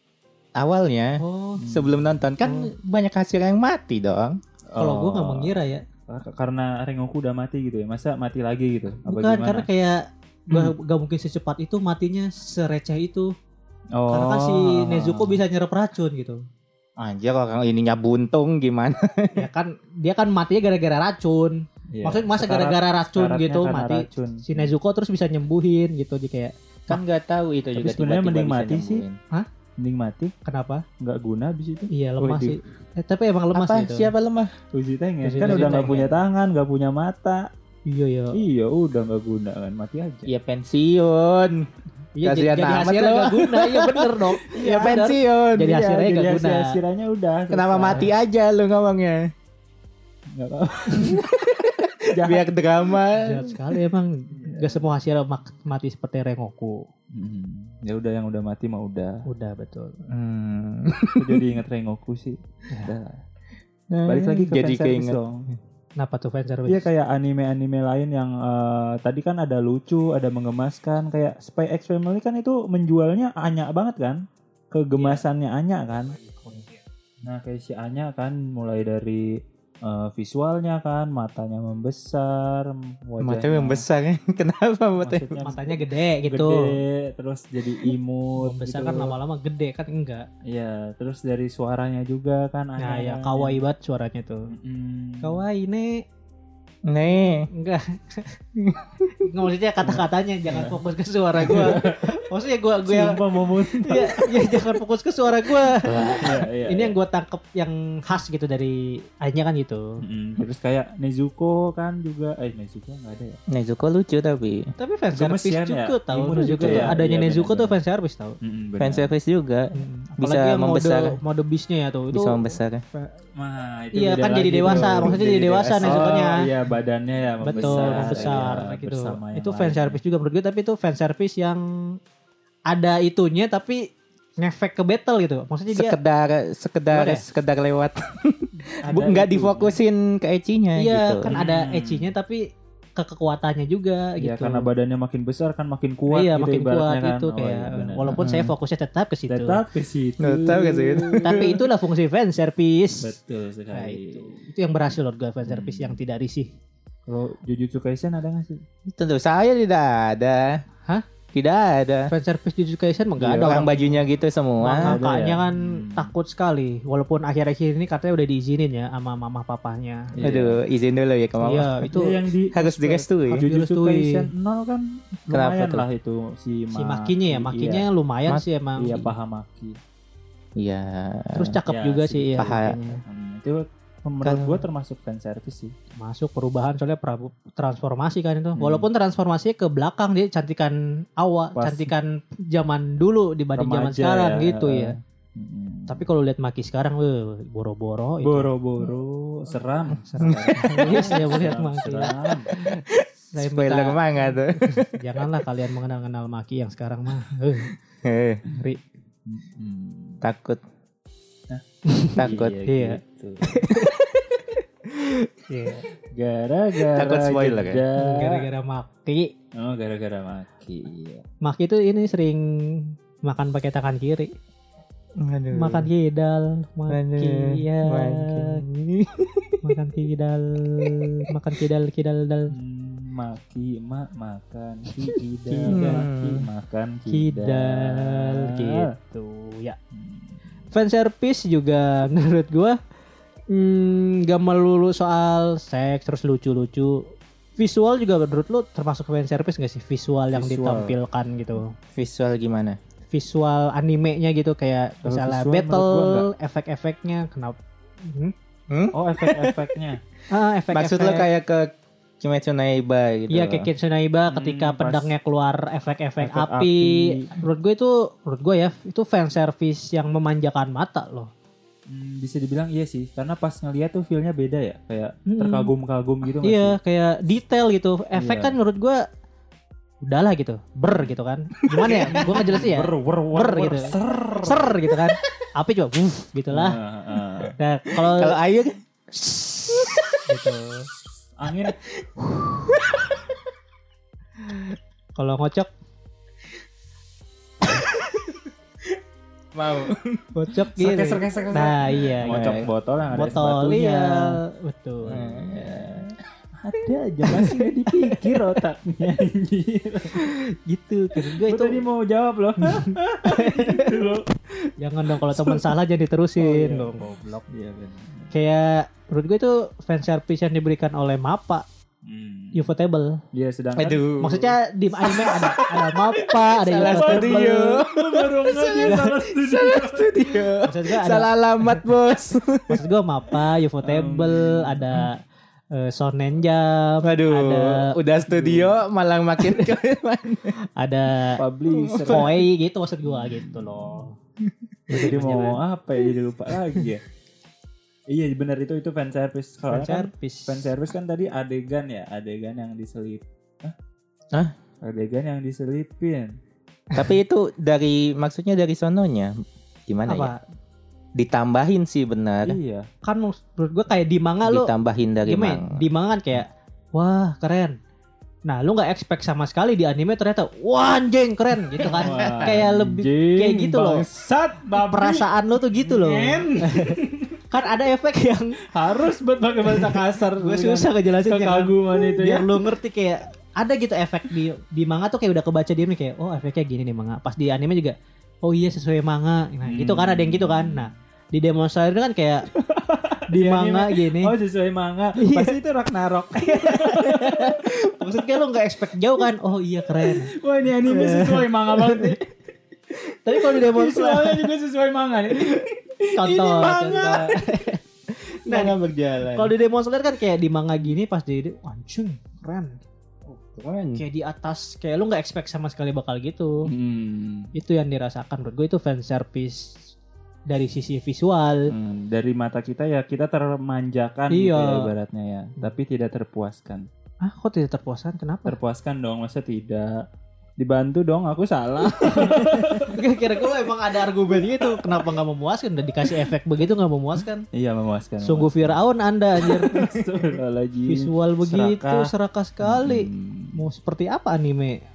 Speaker 2: Awalnya
Speaker 4: Oh,
Speaker 2: sebelum nonton kan banyak hasil yang mati dong.
Speaker 4: kalau gue nggak
Speaker 3: oh,
Speaker 4: mengira ya.
Speaker 3: karena Rengoku udah mati gitu ya, masa mati lagi gitu? Apa
Speaker 4: Bukan,
Speaker 3: gimana?
Speaker 4: karena kayak gak, gak mungkin secepat itu matinya sereceh itu.
Speaker 3: oh.
Speaker 4: Karena kan si Nezuko bisa nyerap racun gitu.
Speaker 2: Anjir orang ininya buntung gimana?
Speaker 4: Ya kan dia kan matinya gara-gara racun.
Speaker 3: Iya.
Speaker 4: Maksudnya masa
Speaker 3: Sekarat-
Speaker 4: gara-gara racun
Speaker 3: sekaratnya
Speaker 4: gitu
Speaker 3: karena
Speaker 4: mati.
Speaker 3: racun.
Speaker 4: Si Nezuko terus bisa nyembuhin gitu, jadi kayak
Speaker 2: Kan nggak tahu itu
Speaker 3: Tapi
Speaker 2: juga
Speaker 3: sebenarnya
Speaker 2: tiba-tiba
Speaker 3: mending
Speaker 2: bisa
Speaker 3: mati sih.
Speaker 2: nyembuhin.
Speaker 3: Mending mati,
Speaker 4: kenapa?
Speaker 3: nggak guna abis itu.
Speaker 4: Iya lemah
Speaker 3: Waduh.
Speaker 4: sih. Eh, tapi emang lemah
Speaker 2: Apa?
Speaker 4: sih itu.
Speaker 2: Siapa lemah?
Speaker 3: Uji Tengen
Speaker 4: Uji
Speaker 3: kan
Speaker 4: Tengen.
Speaker 3: udah nggak punya tangan, nggak punya mata.
Speaker 4: Iya ya.
Speaker 3: Iya, udah nggak guna kan, mati aja.
Speaker 2: Ya pensiun.
Speaker 4: Iya jadi,
Speaker 2: Kasihan
Speaker 4: jadi
Speaker 2: amat
Speaker 4: hasilnya
Speaker 2: lo.
Speaker 4: gak guna. Iya bener dong.
Speaker 2: Ya pensiun.
Speaker 4: Jadi
Speaker 3: Iya,
Speaker 4: hasilnya
Speaker 3: jadi
Speaker 4: nggak
Speaker 3: hasil-
Speaker 4: guna.
Speaker 3: hasilnya udah.
Speaker 2: Kenapa
Speaker 3: selesai.
Speaker 2: mati aja lu ngomongnya?
Speaker 3: Nggak tahu. Jahat.
Speaker 2: Biar drama.
Speaker 4: Jahat sekali emang. Gak semua hasil mak- mati seperti Rengoku.
Speaker 3: Hmm, ya udah yang udah mati mah udah.
Speaker 4: Udah betul.
Speaker 2: Hmm.
Speaker 3: Aku jadi inget Rengoku sih. Udah. Balik lagi ke
Speaker 2: jadi
Speaker 3: fanservice
Speaker 2: keinget.
Speaker 3: dong.
Speaker 4: Kenapa tuh fanservice?
Speaker 3: Iya kayak anime-anime lain yang eh, tadi kan ada lucu, ada mengemaskan. Kayak Spy X Family kan itu menjualnya Anya banget kan. Kegemasannya Anya kan. Nah kayak si Anya kan mulai dari eh, visualnya kan, matanya membesar, wajahnya
Speaker 2: Matanya membesar ya. Kenapa matanya?
Speaker 3: maksudnya
Speaker 4: Matanya gede gitu.
Speaker 3: gede, terus jadi imut.
Speaker 4: Besar
Speaker 3: gitu.
Speaker 4: kan lama-lama gede kan enggak.
Speaker 3: Iya, terus dari suaranya juga kan
Speaker 4: Nah
Speaker 3: Anya
Speaker 4: ya
Speaker 3: kan.
Speaker 4: kawaii banget suaranya tuh.
Speaker 3: Mm.
Speaker 4: Kawaii nek.
Speaker 2: Nih.
Speaker 4: Enggak. Nggak, maksudnya kata-katanya jangan fokus ke suara gua. Maksudnya gua gua yang
Speaker 3: Sumpah mau muntah.
Speaker 4: ya, ya jangan fokus ke suara gua.
Speaker 3: Iya, iya,
Speaker 4: Ini
Speaker 3: iya.
Speaker 4: yang gua tangkep yang khas gitu dari Anya kan gitu.
Speaker 3: Mm-mm. Terus kayak Nezuko kan juga, eh Nezuko nggak ada ya?
Speaker 2: Nezuko lucu tapi.
Speaker 4: Tapi fans service
Speaker 3: Gemesian
Speaker 4: juga
Speaker 3: ya?
Speaker 4: tahu.
Speaker 3: Imut
Speaker 4: Nezuko
Speaker 3: juga
Speaker 4: tuh
Speaker 3: ya?
Speaker 4: adanya
Speaker 3: Iya,
Speaker 4: Nezuko tuh
Speaker 3: benar-benar.
Speaker 4: fans service tahu.
Speaker 3: Mm-mm, benar.
Speaker 2: Fan service juga.
Speaker 4: Hmm.
Speaker 2: Bisa
Speaker 4: Apalagi yang
Speaker 2: membesar.
Speaker 4: mode mode bisnya ya tuh. Itu
Speaker 2: Bisa membesar.
Speaker 3: Nah,
Speaker 4: Iya,
Speaker 3: beda
Speaker 4: kan jadi
Speaker 3: lagi
Speaker 4: dewasa.
Speaker 3: tuh.
Speaker 4: Maksudnya jadi dewasa Nezuko-nya.
Speaker 3: Oh iya badannya ya membesar.
Speaker 4: betul membesar
Speaker 3: Iya,
Speaker 4: gitu.
Speaker 3: bersama yang
Speaker 4: Itu fan
Speaker 3: lain.
Speaker 4: service juga menurut gue, tapi itu fan service yang ada itunya tapi ngefek ke battle gitu. Maksudnya dia
Speaker 2: Sekedar sekedar
Speaker 4: Gimana ya?
Speaker 2: sekedar lewat.
Speaker 3: Ada
Speaker 2: Bu, nggak
Speaker 3: itunya.
Speaker 2: difokusin ke ecinya
Speaker 4: iya
Speaker 2: gitu.
Speaker 4: kan ada
Speaker 3: Hmm.
Speaker 4: ecchinya tapi ke kekuatannya juga
Speaker 3: Iya,
Speaker 4: gitu.
Speaker 3: karena badannya makin besar kan makin kuat
Speaker 4: iya
Speaker 3: gitu
Speaker 4: makin kuat
Speaker 3: ibaratnya kan.
Speaker 4: itu
Speaker 3: Oh,
Speaker 4: kayak
Speaker 3: iya, benar.
Speaker 4: walaupun saya
Speaker 2: Hmm.
Speaker 4: fokusnya tetap ke situ.
Speaker 3: tetap ke situ.
Speaker 2: Tetap ke situ.
Speaker 4: Tapi itulah fungsi fan service.
Speaker 3: Betul
Speaker 4: Nah,
Speaker 3: sekali.
Speaker 4: itu. Itu yang berhasil Lord God fan service
Speaker 3: Hmm.
Speaker 4: yang tidak risih.
Speaker 3: Kalau Jujutsu Kaisen ada nggak sih?
Speaker 2: Tentu saya tidak ada.
Speaker 4: Hah?
Speaker 2: Tidak ada.
Speaker 4: Fan service Jujutsu Kaisen mah enggak
Speaker 2: Iya,
Speaker 4: ada
Speaker 2: orang bajunya gitu semua.
Speaker 3: ada
Speaker 4: Kakaknya
Speaker 3: ya?
Speaker 4: kan
Speaker 3: Hmm.
Speaker 4: takut sekali. Walaupun akhir-akhir ini katanya udah diizinin ya sama mama papahnya.
Speaker 3: Iya.
Speaker 2: Aduh, izin dulu ya kamu.
Speaker 4: Iya, itu
Speaker 3: Iya, yang di
Speaker 2: Harus direstui.
Speaker 4: Harus
Speaker 3: Jujutsu
Speaker 4: direstui.
Speaker 3: Kaisen nol kan
Speaker 2: Kenapa
Speaker 3: lumayan
Speaker 2: tuh?
Speaker 3: lah itu si
Speaker 4: si
Speaker 3: Ma-
Speaker 4: makinya ya, makinya lumayan
Speaker 2: Mak-
Speaker 4: sih emang.
Speaker 3: Iya, paham Maki.
Speaker 2: Iya.
Speaker 4: Terus cakep
Speaker 3: Ya,
Speaker 4: juga
Speaker 3: si
Speaker 4: sih ya.
Speaker 2: paha.
Speaker 4: makinya.
Speaker 3: Hmm, itu menurut
Speaker 2: Kalau-
Speaker 3: gua termasuk fan service sih.
Speaker 4: Masuk perubahan soalnya prabu, transformasi kan itu.
Speaker 3: Hmm.
Speaker 4: Walaupun transformasinya ke belakang dia cantikan awal,
Speaker 3: Pas-
Speaker 4: cantikan zaman dulu dibanding zaman
Speaker 3: Remaja
Speaker 4: sekarang
Speaker 3: ya.
Speaker 4: gitu ya.
Speaker 3: Hmm.
Speaker 4: Tapi kalau lihat Maki sekarang, weh, boro-boro itu.
Speaker 3: boro-boro seram.
Speaker 4: Seram. Yes, ya melihat
Speaker 3: Seram,
Speaker 4: Maki.
Speaker 3: seram.
Speaker 4: Saya
Speaker 2: Spoiler
Speaker 4: minta,
Speaker 2: manga tuh.
Speaker 4: janganlah kalian mengenal-kenal Maki yang sekarang mah. Eh,
Speaker 2: Eh,
Speaker 4: ngeri.
Speaker 3: Hmm.
Speaker 2: takut.
Speaker 3: Hah?
Speaker 2: Takut.
Speaker 4: Iya.
Speaker 3: gitu.
Speaker 4: Iya.
Speaker 3: Gara-gara
Speaker 2: Takut spoiler ya?
Speaker 3: jeda.
Speaker 4: Gara-gara Maki.
Speaker 3: Oh, gara-gara Maki. Iya.
Speaker 4: Maki itu ini sering makan pakai tangan kiri.
Speaker 2: Aduh.
Speaker 4: Makan kidal,
Speaker 2: Aduh,
Speaker 4: Maki ya.
Speaker 2: Maki.
Speaker 4: Makan kidal, makan kidal, kidal dal.
Speaker 3: Hmm, Maki mak makan kidal,
Speaker 4: Kidal.
Speaker 3: Maki makan
Speaker 4: Kidal
Speaker 3: kidal.
Speaker 4: gitu ya.
Speaker 3: Hmm.
Speaker 4: Fan service juga menurut gua hmm, gak melulu soal seks terus lucu-lucu. Visual juga menurut lu termasuk fan service gak sih? Visual yang
Speaker 3: Visual.
Speaker 4: ditampilkan gitu.
Speaker 2: Visual gimana?
Speaker 4: visual animenya gitu kayak
Speaker 3: Kalau
Speaker 4: misalnya
Speaker 3: visual menurut gua
Speaker 4: battle, efek-efeknya kenapa? Hmm?
Speaker 2: Hmm?
Speaker 3: Oh efek-efeknya.
Speaker 4: Ah, efek-efek.
Speaker 2: Maksud lo kayak ke Kimetsu no Yaiba gitu.
Speaker 4: Iya kayak Kimetsu no Yaiba ketika
Speaker 3: Hmm, pas
Speaker 4: pedangnya keluar efek-efek
Speaker 3: efek
Speaker 4: api.
Speaker 3: api.
Speaker 4: Menurut gue itu, menurut gue ya itu fan service yang memanjakan mata loh.
Speaker 3: Hmm, bisa dibilang iya sih, karena pas ngeliat tuh feel-nya beda ya, kayak
Speaker 4: Hmm.
Speaker 3: terkagum-kagum gitu nggak
Speaker 4: Iya
Speaker 3: sih?
Speaker 4: kayak detail gitu. Efek
Speaker 3: Iya.
Speaker 4: kan menurut gue udahlah gitu, ber gitu kan. Gimana ya? Gue ngejelasin ya.
Speaker 3: Ber, wer, wer,
Speaker 4: Ber
Speaker 3: wer,
Speaker 4: gitu.
Speaker 3: ser.
Speaker 4: Ser gitu kan. Api coba, wuh gitulah.
Speaker 3: Nah, ah.
Speaker 4: Nah kalau
Speaker 2: Kalau air
Speaker 4: gitu.
Speaker 3: Angin
Speaker 4: Kalau ngocok,
Speaker 2: mau.
Speaker 4: ngocok gitu.
Speaker 3: Serkes, serkes, serkes.
Speaker 4: Nah iya.
Speaker 3: ngocok
Speaker 4: gitu.
Speaker 3: botol yang ada es
Speaker 4: Botol
Speaker 3: batunya.
Speaker 4: iya, betul.
Speaker 3: Ada aja masih nggak dipikir otaknya anjir.
Speaker 4: Gitu. Terus gue
Speaker 3: Gue
Speaker 4: itu
Speaker 3: tadi mau jawab loh. Gitu loh.
Speaker 4: jangan dong kalau teman salah jangan diterusin
Speaker 3: Oh, iya.
Speaker 4: dong goblok.
Speaker 3: Iya benar.
Speaker 4: Kayak menurut gue itu fan service yang diberikan oleh Mappa,
Speaker 3: Hmm.
Speaker 4: Ufotable.
Speaker 3: Iya sedangkan
Speaker 2: Aduh.
Speaker 4: Maksudnya di anime ada ada Mappa, ada
Speaker 2: Salah
Speaker 4: Ufotable.
Speaker 2: studio.
Speaker 3: Lu baru nggak dia salah studio.
Speaker 2: Salah studio.
Speaker 4: Maksud gue ada
Speaker 2: Salah alamat, Bos.
Speaker 4: maksud gue Mappa, Ufotable, ada eh, Shonen Jump,
Speaker 2: Waduh,
Speaker 4: ada
Speaker 2: udah studio malah makin ke
Speaker 4: ada
Speaker 3: Publisher.
Speaker 4: Koi gitu maksud gue gitu loh.
Speaker 3: Gue tadi mau ngomong apa ya jadi lupa lagi ya. Iya benar itu itu fan service. Kalau
Speaker 4: Fan
Speaker 3: kan
Speaker 4: service.
Speaker 3: fan service kan tadi adegan ya, adegan yang diselip. Hah?
Speaker 2: Hah?
Speaker 3: Adegan yang diselipin.
Speaker 2: Tapi itu dari maksudnya dari sononya gimana ya?
Speaker 4: Apa?
Speaker 2: Ditambahin sih benar.
Speaker 3: Iya.
Speaker 4: Kan menurut gue kayak di manga lu
Speaker 2: Ditambahin dari
Speaker 4: gimana? ya?
Speaker 2: manga.
Speaker 4: Di manga kan kayak wah keren. Nah lu nggak expect sama sekali di anime ternyata wah anjing keren gitu kan.
Speaker 3: Wah,
Speaker 4: kayak lebih
Speaker 3: anjing,
Speaker 4: kayak gitu loh.
Speaker 3: bangsat, babi.
Speaker 4: Perasaan lu tuh gitu loh.
Speaker 3: Men.
Speaker 4: Kan ada efek yang
Speaker 3: Harus buat pakai bahasa kasar.
Speaker 4: gue susah ngejelasinnya. kan.
Speaker 3: Kekaguman itu ya.
Speaker 4: Biar lu ngerti kayak ada gitu efek di di manga tuh kayak udah kebaca dia nih kayak oh efeknya gini nih manga. Pas di anime juga oh iya sesuai manga. Nah, gitu kan ada yang gitu kan. Nah, di Demon Slayer kan kayak di
Speaker 3: Di
Speaker 4: manga
Speaker 3: anime.
Speaker 4: gini.
Speaker 3: Oh sesuai manga.
Speaker 4: Iya.
Speaker 3: Pasti itu Ragnarok.
Speaker 4: Maksudnya lu nggak expect jauh kan. Oh iya keren.
Speaker 3: Wah ini anime sesuai manga banget nih.
Speaker 4: Tapi kalau di Demon
Speaker 3: Visualnya
Speaker 4: Slayer
Speaker 3: juga sesuai manga nih.
Speaker 4: contoh,
Speaker 3: Ini manga.
Speaker 4: contoh. Nah,
Speaker 2: Manga berjalan.
Speaker 4: kalau di Demon Slayer kan kayak di manga gini pas di anjing keren.
Speaker 2: Keren.
Speaker 4: Kayak di atas kayak lu nggak expect sama sekali bakal gitu.
Speaker 3: Hmm.
Speaker 4: Itu yang dirasakan menurut gue itu fan service dari sisi visual.
Speaker 3: Hmm, dari mata kita ya kita termanjakan gitu
Speaker 4: Iya.
Speaker 3: ya ibaratnya ya, tapi tidak terpuaskan.
Speaker 4: Ah kok tidak terpuaskan kenapa?
Speaker 3: Terpuaskan dong, masa tidak? Dibantu dong, aku salah.
Speaker 4: Kira-kira gue emang ada argumen gitu kenapa nggak memuaskan udah dikasih efek begitu nggak memuaskan.
Speaker 3: Iya memuaskan.
Speaker 4: Sungguh Firaun anda anjir.
Speaker 3: Astagfirullahaladzim.
Speaker 4: Visual begitu
Speaker 3: Serakah.
Speaker 4: serakah sekali.
Speaker 3: Hmm.
Speaker 4: Mau seperti apa anime?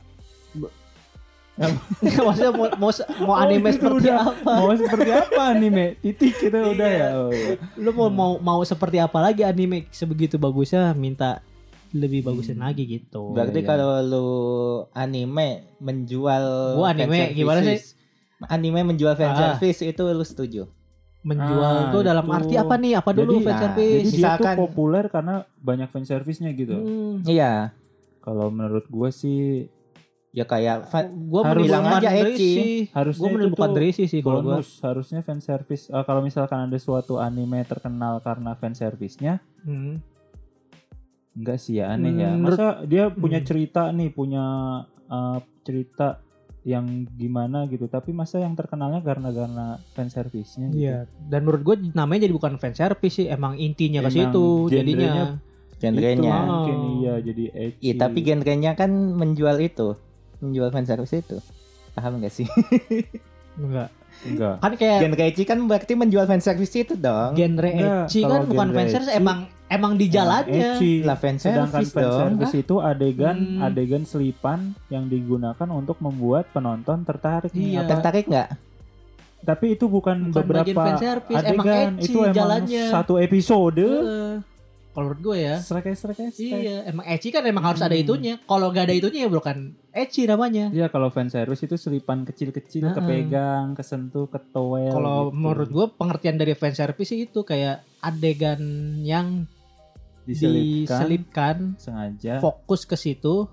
Speaker 4: Maksudnya mau mau, mau anime
Speaker 3: Oh, itu
Speaker 4: seperti
Speaker 3: udah.
Speaker 4: apa?
Speaker 3: Mau seperti apa anime? Titik kita udah ya. Oh, iya.
Speaker 4: Lu mau mau mau seperti apa lagi anime sebegitu bagusnya minta lebih bagusin
Speaker 3: Hmm.
Speaker 4: lagi gitu.
Speaker 2: Berarti
Speaker 3: Iya.
Speaker 2: kalau lu anime menjual
Speaker 4: Gua anime
Speaker 2: fan
Speaker 4: gimana sih?
Speaker 2: services, Anime menjual fan
Speaker 4: Ah.
Speaker 2: service itu lu setuju?
Speaker 4: Menjual
Speaker 3: Ah,
Speaker 4: tuh dalam
Speaker 3: itu.
Speaker 4: arti apa nih? Apa dulu
Speaker 3: Jadi-
Speaker 4: fan
Speaker 2: nah,
Speaker 4: service?
Speaker 3: Jadi dia
Speaker 2: Misalkan-
Speaker 3: tuh populer karena banyak fan service-nya gitu.
Speaker 4: Hmm.
Speaker 2: Iya.
Speaker 3: Kalau menurut gue sih
Speaker 2: Ya kayak fan,
Speaker 4: Gua
Speaker 3: Harus
Speaker 2: bilang
Speaker 4: bukan
Speaker 2: aja
Speaker 4: dari
Speaker 2: ecchi.
Speaker 4: sih.
Speaker 3: harusnya
Speaker 4: Gue mending
Speaker 3: itu
Speaker 4: bukan
Speaker 3: tuh
Speaker 4: dari sih kalau gue.
Speaker 3: bonus. Harusnya fan service. Eh, kalau misalkan ada suatu anime terkenal karena fan service-nya,
Speaker 4: Hmm.
Speaker 3: enggak sih ya aneh ya.
Speaker 4: Hmm,
Speaker 3: Masa dia punya
Speaker 4: hmm.
Speaker 3: cerita nih, punya eh, cerita yang gimana gitu, tapi masa yang terkenalnya karena karena fan service-nya gitu.
Speaker 4: Iya. Dan menurut gue namanya jadi bukan fan service sih. Emang intinya ke
Speaker 3: Emang
Speaker 4: situ
Speaker 3: genrenya
Speaker 4: jadinya.
Speaker 3: Itu
Speaker 2: genrenya.
Speaker 3: mungkin
Speaker 4: Oh.
Speaker 3: iya jadi ecchi.
Speaker 2: Iya, tapi genrenya kan menjual itu, menjual fan service itu. Paham gak sih?
Speaker 4: Enggak.
Speaker 3: enggak.
Speaker 4: Kan kayak
Speaker 2: Genre ecchi kan berarti menjual fan service itu dong.
Speaker 4: genre
Speaker 3: Enggak,
Speaker 4: ecchi kan
Speaker 3: kalau
Speaker 4: bukan
Speaker 3: genre
Speaker 4: fan service
Speaker 3: ecchi-
Speaker 4: emang emang di jalannya.
Speaker 3: Ecchi.
Speaker 2: Lah fan
Speaker 3: Sedangkan
Speaker 2: service
Speaker 3: fan
Speaker 2: dong.
Speaker 3: service itu adegan
Speaker 4: Hmm.
Speaker 3: adegan selipan yang digunakan untuk membuat penonton tertarik nih.
Speaker 4: Iya.
Speaker 3: Apa-
Speaker 2: Tertarik nggak?
Speaker 3: Tapi itu bukan,
Speaker 4: Bukan bagian
Speaker 3: beberapa
Speaker 4: fan service, emang
Speaker 3: adegan,
Speaker 4: ecchi
Speaker 3: itu emang
Speaker 4: jalannya.
Speaker 3: satu episode.
Speaker 4: Heeh. Kalau menurut gue ya.
Speaker 3: Srek-srek.
Speaker 4: Iya, emang ecchi kan emang harus ada
Speaker 3: Hmm.
Speaker 4: itunya. Kalau gak ada itunya ya bukan ecchi namanya.
Speaker 3: Iya, kalau fan service itu selipan kecil-kecil
Speaker 4: Heeh.
Speaker 3: kepegang, kesentuh, ketowel.
Speaker 4: Kalau
Speaker 3: gitu.
Speaker 4: menurut gue pengertian dari fan service sih itu kayak adegan yang
Speaker 3: diselipkan
Speaker 4: diselipkan
Speaker 3: sengaja.
Speaker 4: fokus ke situ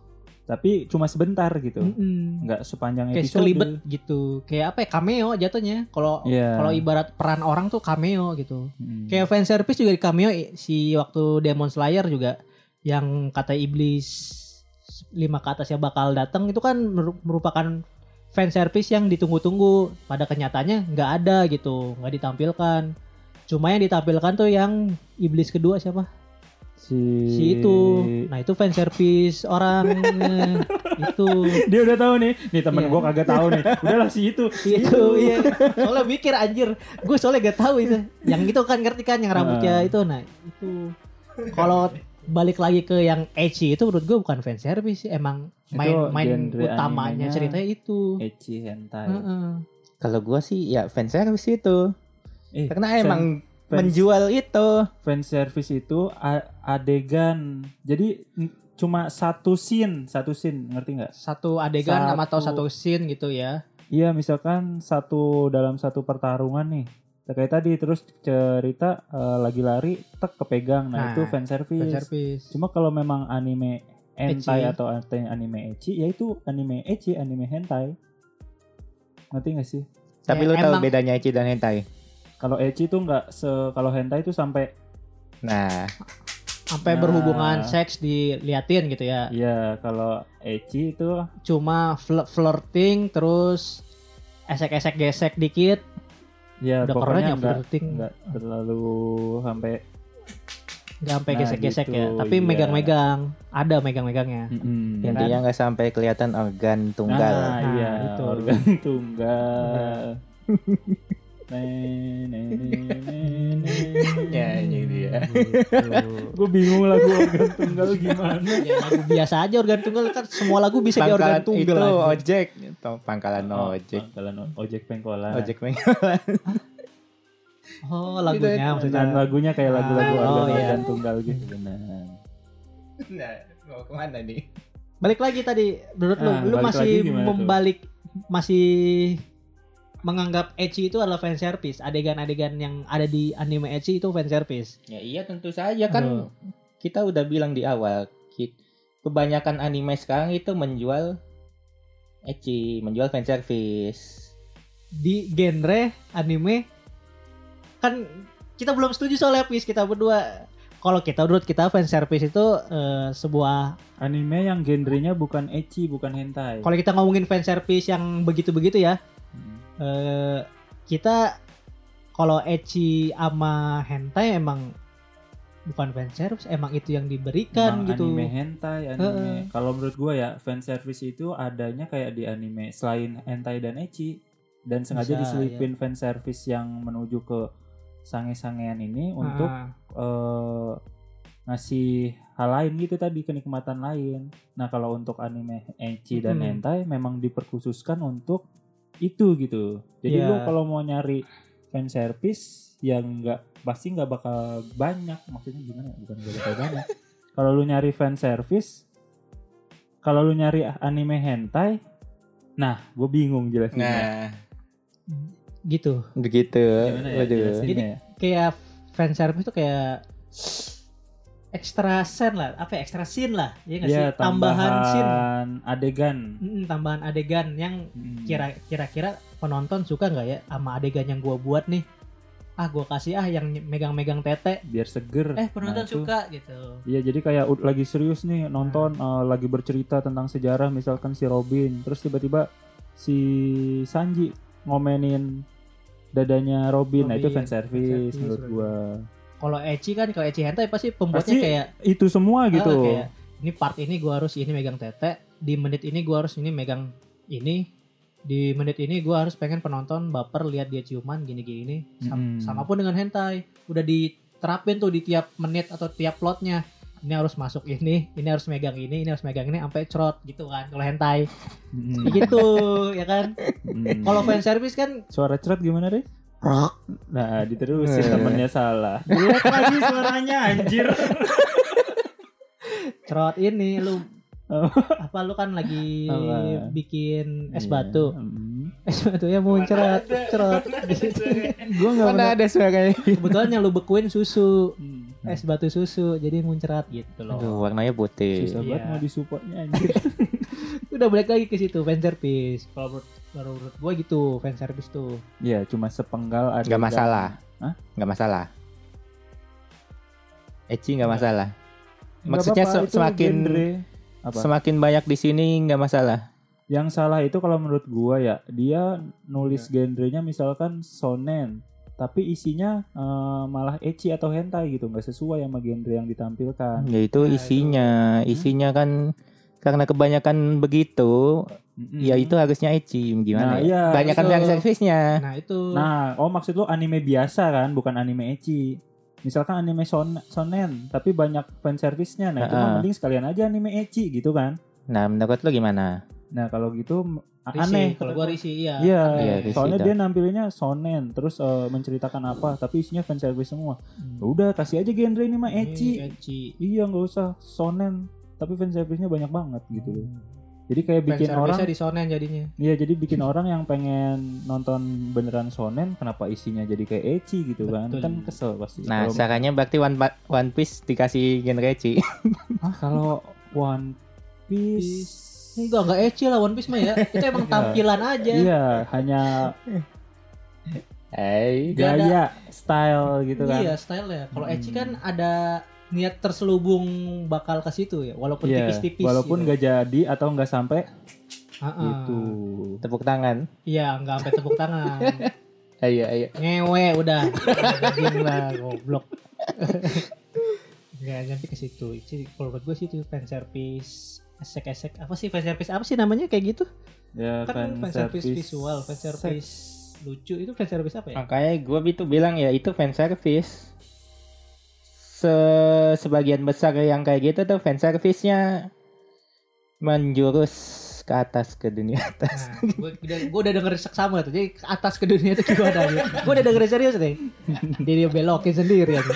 Speaker 3: tapi cuma sebentar gitu.
Speaker 4: Mm-mm.
Speaker 3: Nggak sepanjang
Speaker 4: Kayak
Speaker 3: episode.
Speaker 4: kelibet gitu. Kayak apa ya, cameo jatuhnya. Kalau
Speaker 3: Iya.
Speaker 4: kalau ibarat peran orang tuh cameo gitu.
Speaker 3: Hmm.
Speaker 4: Kayak fan service juga di cameo si waktu Demon Slayer juga yang kata iblis lima ke atas ya bakal datang itu kan mer- merupakan fan service yang ditunggu-tunggu. Pada kenyataannya nggak ada gitu, nggak ditampilkan. Cuma yang ditampilkan tuh yang iblis kedua siapa?
Speaker 3: si
Speaker 4: Si itu. Nah itu fan service orang eh, itu.
Speaker 3: Dia udah tahu nih. Nih temen
Speaker 4: Iya.
Speaker 3: gue kagak tahu nih. Udahlah si itu. Si
Speaker 4: Itu iya. Soalnya mikir anjir. Gue soalnya gak tahu itu. Yang itu kan ngerti kan yang rambutnya itu. Nah itu. Kalau balik lagi ke yang ecchi itu menurut gue bukan fan service sih. Emang main
Speaker 3: Itu
Speaker 4: main
Speaker 3: genre
Speaker 4: utamanya
Speaker 3: animenya
Speaker 4: ceritanya itu.
Speaker 3: Ecchi hentai.
Speaker 4: Heeh.
Speaker 2: Kalau gua sih ya fan service itu.
Speaker 3: Eh,
Speaker 2: Karena
Speaker 3: fan-
Speaker 2: emang
Speaker 3: fans-
Speaker 2: menjual itu.
Speaker 3: fan service itu a- adegan. Jadi n- cuma satu scene, satu scene, ngerti nggak?
Speaker 4: Satu adegan
Speaker 3: Satu.
Speaker 4: sama atau satu scene gitu ya.
Speaker 3: Iya, misalkan satu dalam satu pertarungan nih. Kayak tadi terus cerita eh, lagi lari, tek kepegang. Nah,
Speaker 4: Nah,
Speaker 3: itu fan service.
Speaker 4: Fan service.
Speaker 3: Cuma kalau memang anime hentai
Speaker 4: Ecchi.
Speaker 3: atau anime ecchi, ya itu anime ecchi, anime hentai. Ngerti nggak sih?
Speaker 2: Tapi
Speaker 4: Ya,
Speaker 2: lu tahu
Speaker 4: emang-
Speaker 2: bedanya ecchi dan hentai?
Speaker 3: Kalau ecchi itu nggak se kalau hentai itu sampai
Speaker 2: Nah,
Speaker 4: Sampai
Speaker 3: Nah.
Speaker 4: berhubungan seks diliatin gitu ya.
Speaker 3: ya kalau ecchi itu
Speaker 4: Cuma fl- flirting terus esek-esek gesek dikit.
Speaker 3: ya
Speaker 4: Udah
Speaker 3: pokoknya
Speaker 4: kerennya
Speaker 3: nggak
Speaker 4: flirting.
Speaker 3: nggak terlalu sampai
Speaker 4: Gak sampai
Speaker 3: Nah,
Speaker 4: gesek-gesek
Speaker 3: gitu,
Speaker 4: ya. Tapi
Speaker 3: iya.
Speaker 4: megang-megang. Ada megang-megangnya.
Speaker 3: Mm-mm.
Speaker 4: Ya kan?
Speaker 2: intinya nggak sampai kelihatan organ tunggal.
Speaker 3: Nah,
Speaker 4: Nah,
Speaker 3: iya,
Speaker 4: itu.
Speaker 3: organ tunggal. Ne, ne, ne, ne, ne.
Speaker 2: Ya, ini dia.
Speaker 3: Gue bingung lagu organ tunggal gimana.
Speaker 4: Ya lagu biasa aja organ tunggal kan semua lagu bisa di organ
Speaker 2: Pangkalan
Speaker 4: tunggal.
Speaker 2: itu
Speaker 4: aja.
Speaker 2: ojek, itu pangkalan
Speaker 3: Oh,
Speaker 2: ojek.
Speaker 3: pangkalan o- ojek pengkolan.
Speaker 2: Ojek pangkalan.
Speaker 4: Oh lagunya maksudnya.
Speaker 3: Dan lagunya kayak lagu-lagu
Speaker 4: Ah, oh,
Speaker 3: organ-organ
Speaker 4: iya.
Speaker 3: tunggal gitu benar.
Speaker 2: Nah, mau kemana nih?
Speaker 4: Balik lagi tadi menurut lu,
Speaker 3: Ah,
Speaker 4: lu
Speaker 3: balik
Speaker 4: masih
Speaker 3: lagi gimana tuh?
Speaker 4: membalik masih menganggap ecchi itu adalah fan service. Adegan-adegan yang ada di anime ecchi itu fan service.
Speaker 2: Ya iya tentu saja kan
Speaker 4: Aduh.
Speaker 2: kita udah bilang di awal ki- kebanyakan anime sekarang itu menjual ecchi, menjual fan service.
Speaker 4: Di genre anime kan kita belum setuju soalnya Pis, kita berdua. Kalau kita menurut kita fan service itu eh, sebuah
Speaker 3: Anime yang genrenya bukan ecchi, bukan hentai.
Speaker 4: kalau kita ngomongin fan service yang begitu-begitu ya,
Speaker 3: Hmm.
Speaker 4: eh, kita kalau ecchi sama hentai emang bukan fan service, emang itu yang diberikan
Speaker 3: Emang
Speaker 4: gitu.
Speaker 3: anime hentai, anime.
Speaker 4: Heeh.
Speaker 3: Kalau menurut gua ya fan service itu adanya kayak di anime selain hentai dan ecchi, dan sengaja
Speaker 4: Bisa,
Speaker 3: diselipin fan service yang menuju ke sange-sangean ini untuk
Speaker 4: Ah,
Speaker 3: eh, ngasih hal lain gitu tadi, kenikmatan lain. Nah kalau untuk anime ecchi dan
Speaker 4: Hmm.
Speaker 3: hentai memang diperkhususkan untuk itu gitu. Jadi
Speaker 4: Iya.
Speaker 3: lu kalau mau nyari fan service yang nggak pasti nggak bakal banyak. Maksudnya gimana? Bukan nggak bakal banyak. Kalau lu nyari fan service, kalau lu nyari anime hentai, nah gue bingung jelasinnya.
Speaker 2: Nah,
Speaker 4: gitu.
Speaker 2: begitu.
Speaker 3: Gimana ya
Speaker 2: Waduh.
Speaker 3: jelasinnya
Speaker 4: Jadi-
Speaker 3: ya?
Speaker 4: Kayak fan service itu kayak extra scene lah, apa ya, extra scene lah, ya nggak
Speaker 3: Iya,
Speaker 4: sih? Tambahan scene,
Speaker 3: tambahan adegan.
Speaker 4: Mm, tambahan adegan yang
Speaker 3: Hmm.
Speaker 4: kira kira-kira penonton suka nggak ya sama adegan yang gua buat nih? Ah, gua kasih ah yang megang-megang tete.
Speaker 3: Biar seger.
Speaker 4: Eh, penonton
Speaker 3: Nah, itu.
Speaker 4: suka gitu.
Speaker 3: Iya, jadi kayak ud- lagi serius nih nonton,
Speaker 4: Hmm.
Speaker 3: eh, lagi bercerita tentang sejarah misalkan si Robin, terus tiba-tiba si Sanji ngomenin dadanya Robin, nah itu
Speaker 4: Robin,
Speaker 3: fan service
Speaker 4: fan service,
Speaker 3: menurut
Speaker 4: Robin.
Speaker 3: gua.
Speaker 4: Kalau ecchi kan, kalau ecchi hentai pasti pembuatnya
Speaker 3: Pasti
Speaker 4: kayak
Speaker 3: itu semua gitu.
Speaker 4: ah, kayak ini part ini gua harus ini megang tete, di menit ini gua harus ini megang ini, di menit ini gua harus pengen penonton baper lihat dia ciuman gini-gini. Sam-
Speaker 3: Mm.
Speaker 4: Sama pun dengan hentai, udah diterapin tuh di tiap menit atau tiap plotnya. Ini harus masuk ini, ini harus megang ini, ini harus megang ini sampai crot gitu kan. Kalau hentai
Speaker 3: Mm.
Speaker 4: gitu ya kan.
Speaker 3: Mm.
Speaker 4: Kalau fan service kan
Speaker 3: Suara cerot gimana deh? Nah, diterusin
Speaker 2: Eh.
Speaker 3: temennya salah. Lihat lagi suaranya anjir.
Speaker 4: crot ini lu
Speaker 3: Oh.
Speaker 4: apa lu kan lagi
Speaker 3: Apa?
Speaker 4: bikin es
Speaker 3: Iya.
Speaker 4: batu.
Speaker 3: Mm.
Speaker 4: Es batunya muncrat, crot.
Speaker 3: Gua enggak
Speaker 2: Mana ada suaranya?
Speaker 4: Kebetulan yang lu bekuin susu,
Speaker 3: Hmm.
Speaker 4: es batu susu, jadi muncrat gitu loh.
Speaker 2: Aduh, warnanya putih.
Speaker 3: Susah banget
Speaker 4: Iya.
Speaker 3: mau disupportnya anjir.
Speaker 4: Udah balik lagi ke situ fan service. Kalau menurut, kalau menurut gue gitu fan service tuh.
Speaker 3: Iya, cuma sepenggal ada.
Speaker 2: Nggak masalah.
Speaker 3: Hah?
Speaker 2: Nggak masalah. Ecchi nggak masalah.
Speaker 3: Nggak
Speaker 2: Maksudnya
Speaker 3: apa-apa,
Speaker 2: se-
Speaker 3: itu
Speaker 2: semakin
Speaker 3: genre. Apa?
Speaker 2: semakin banyak di sini nggak masalah.
Speaker 3: Yang salah itu kalau menurut gua ya, dia nulis genrenya misalkan shonen, tapi isinya eh, malah ecchi atau hentai gitu, nggak sesuai sama genre yang ditampilkan.
Speaker 2: Yaitu
Speaker 4: Nah,
Speaker 2: isinya, isinya kan karena kebanyakan begitu,
Speaker 3: Mm-mm.
Speaker 2: ya itu harusnya ecchi gimana?
Speaker 3: Nah,
Speaker 2: ya?
Speaker 3: iya,
Speaker 2: Banyakan
Speaker 4: itu.
Speaker 2: fan service-nya.
Speaker 4: Nah itu.
Speaker 3: Nah, oh maksud lu anime biasa kan, bukan anime ecchi. Misalkan anime son- shonen, tapi banyak fan service-nya. Nah, itu mah
Speaker 2: Ha-ha.
Speaker 3: mending sekalian aja anime ecchi gitu kan.
Speaker 2: Nah, menurut lu gimana?
Speaker 3: Nah, kalau gitu m-
Speaker 4: Risih.
Speaker 3: aneh.
Speaker 4: Kalau gue risih iya.
Speaker 3: Iya,
Speaker 2: Iya, risih
Speaker 3: soalnya
Speaker 2: dah.
Speaker 3: dia nampilinnya shonen, terus eh, menceritakan apa, tapi isinya fan service semua.
Speaker 4: Hmm.
Speaker 3: Udah, kasih aja genre ini mah
Speaker 4: Ini
Speaker 3: ecchi.
Speaker 4: ecchi.
Speaker 3: Iya, nggak usah shonen, tapi fan service-nya banyak banget gitu loh. Jadi kayak
Speaker 4: Fan
Speaker 3: bikin orang,
Speaker 4: service-nya di sonen jadinya.
Speaker 3: iya jadi bikin orang yang pengen nonton beneran shonen, kenapa isinya jadi kayak ecchi gitu kan?
Speaker 4: Betul.
Speaker 3: Kan kesel pasti.
Speaker 2: Nah,
Speaker 3: Kalau-
Speaker 2: caranya berarti One, Pa- One Piece dikasih genre ecchi.
Speaker 3: ah, kalau One Piece,
Speaker 4: Enggak, enggak ecchi lah One Piece mah ya. Itu emang tampilan aja.
Speaker 3: iya hanya
Speaker 2: Hey.
Speaker 4: Gak ada-
Speaker 3: gaya, style gitu kan?
Speaker 4: Iya, style-nya. Kalau
Speaker 3: Hmm.
Speaker 4: ecchi kan ada niat terselubung bakal ke situ ya, walaupun
Speaker 3: Iya,
Speaker 4: tipis-tipis.
Speaker 3: walaupun
Speaker 4: gitu.
Speaker 3: nggak jadi atau nggak sampai
Speaker 4: Ha-ha.
Speaker 3: gitu.
Speaker 2: Tepuk tangan.
Speaker 4: Iya, enggak sampai tepuk tangan.
Speaker 2: Ayo, ayo.
Speaker 4: Ngewe udah. Daging lah, goblok. Enggak nyampe ke situ. Itu kalau menurut gue sih itu fan service esek-esek. Apa sih fan service? Apa sih namanya kayak gitu?
Speaker 3: Ya
Speaker 4: Kan fan service visual, fan service
Speaker 3: seks.
Speaker 4: lucu. Itu fan service apa ya?
Speaker 2: Makanya gue itu bilang ya itu fan service. Se sebagian besar yang kayak gitu tuh fan service-nya menjurus ke atas ke dunia atas.
Speaker 4: Nah, gue udah, gue udah denger seksama tuh. Jadi ke atas ke dunia itu gimana gitu. Gue udah denger serius nih. Dia belokin sendiri ya.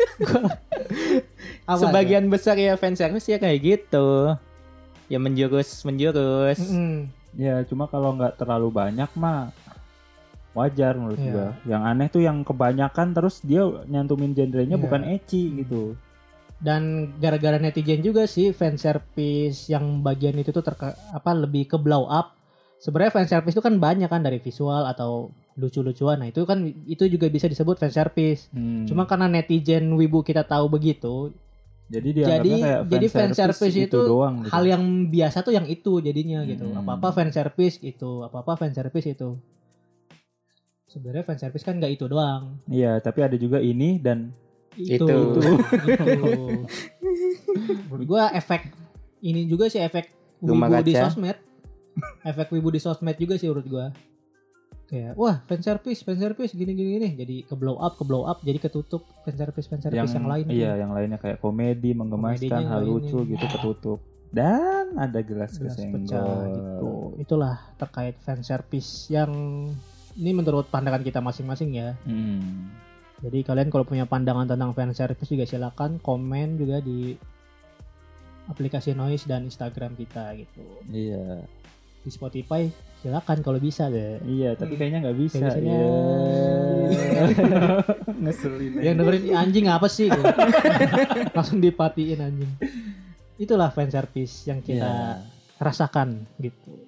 Speaker 4: Apa
Speaker 2: Sebagian besar ya fan service ya kayak gitu. Ya menjurus menjurus.
Speaker 4: tuh? Mm-mm.
Speaker 3: Ya cuma kalau nggak terlalu banyak mah wajar menurut
Speaker 4: Iya.
Speaker 3: gua. Yang aneh tuh yang kebanyakan terus dia nyantumin genrenya
Speaker 4: Iya.
Speaker 3: bukan ecchi gitu.
Speaker 4: Dan gara-gara netizen juga sih fan service yang bagian itu tuh terke, apa lebih ke blow up. Sebenarnya fan service itu kan banyak kan dari visual atau lucu-lucuan. Nah, itu kan itu juga bisa disebut fan service.
Speaker 3: Hmm.
Speaker 4: Cuma karena netizen wibu kita tahu begitu,
Speaker 3: jadi dia
Speaker 4: jadi
Speaker 3: kayak
Speaker 4: jadi fan service itu
Speaker 3: doang gitu.
Speaker 4: hal yang biasa tuh yang itu jadinya gitu.
Speaker 3: Hmm.
Speaker 4: Apa-apa fan service itu, apa-apa fan service itu. Sebenarnya fan service kan nggak itu doang.
Speaker 3: Iya, tapi ada juga ini dan
Speaker 4: Itu.
Speaker 2: Itu.
Speaker 4: Itu. Menurut gua efek ini juga sih efek
Speaker 2: Rumah
Speaker 4: wibu di
Speaker 2: kaca.
Speaker 4: sosmed. Efek wibu di sosmed juga sih menurut gua. Kayak wah fan service, fan service gini gini gini. Jadi ke blow up, ke blow up jadi ketutup fan service fan service yang, lain.
Speaker 3: Iya, yang lainnya kayak komedi, menggemaskan,
Speaker 4: Komedinya
Speaker 3: hal
Speaker 4: nggak
Speaker 3: lucu
Speaker 4: ini.
Speaker 3: gitu ketutup. Dan ada gelas,
Speaker 4: Gelas
Speaker 3: kesenggol.
Speaker 4: pecah gitu. Itulah terkait fan service yang ini menurut pandangan kita masing-masing ya.
Speaker 3: Hmm.
Speaker 4: Jadi kalian kalau punya pandangan tentang fan service juga silakan komen juga di aplikasi Noise dan Instagram kita gitu.
Speaker 3: Iya.
Speaker 4: Di Spotify silakan kalau bisa deh.
Speaker 3: Iya, tapi kayaknya nggak bisa.
Speaker 4: Kayak biasanya.
Speaker 3: Iya. Ngeselin.
Speaker 4: Yang dengerin "Ih, anjing apa sih? Gitu. Langsung dipatiin anjing. Itulah fan service yang kita
Speaker 3: Iya.
Speaker 4: rasakan gitu.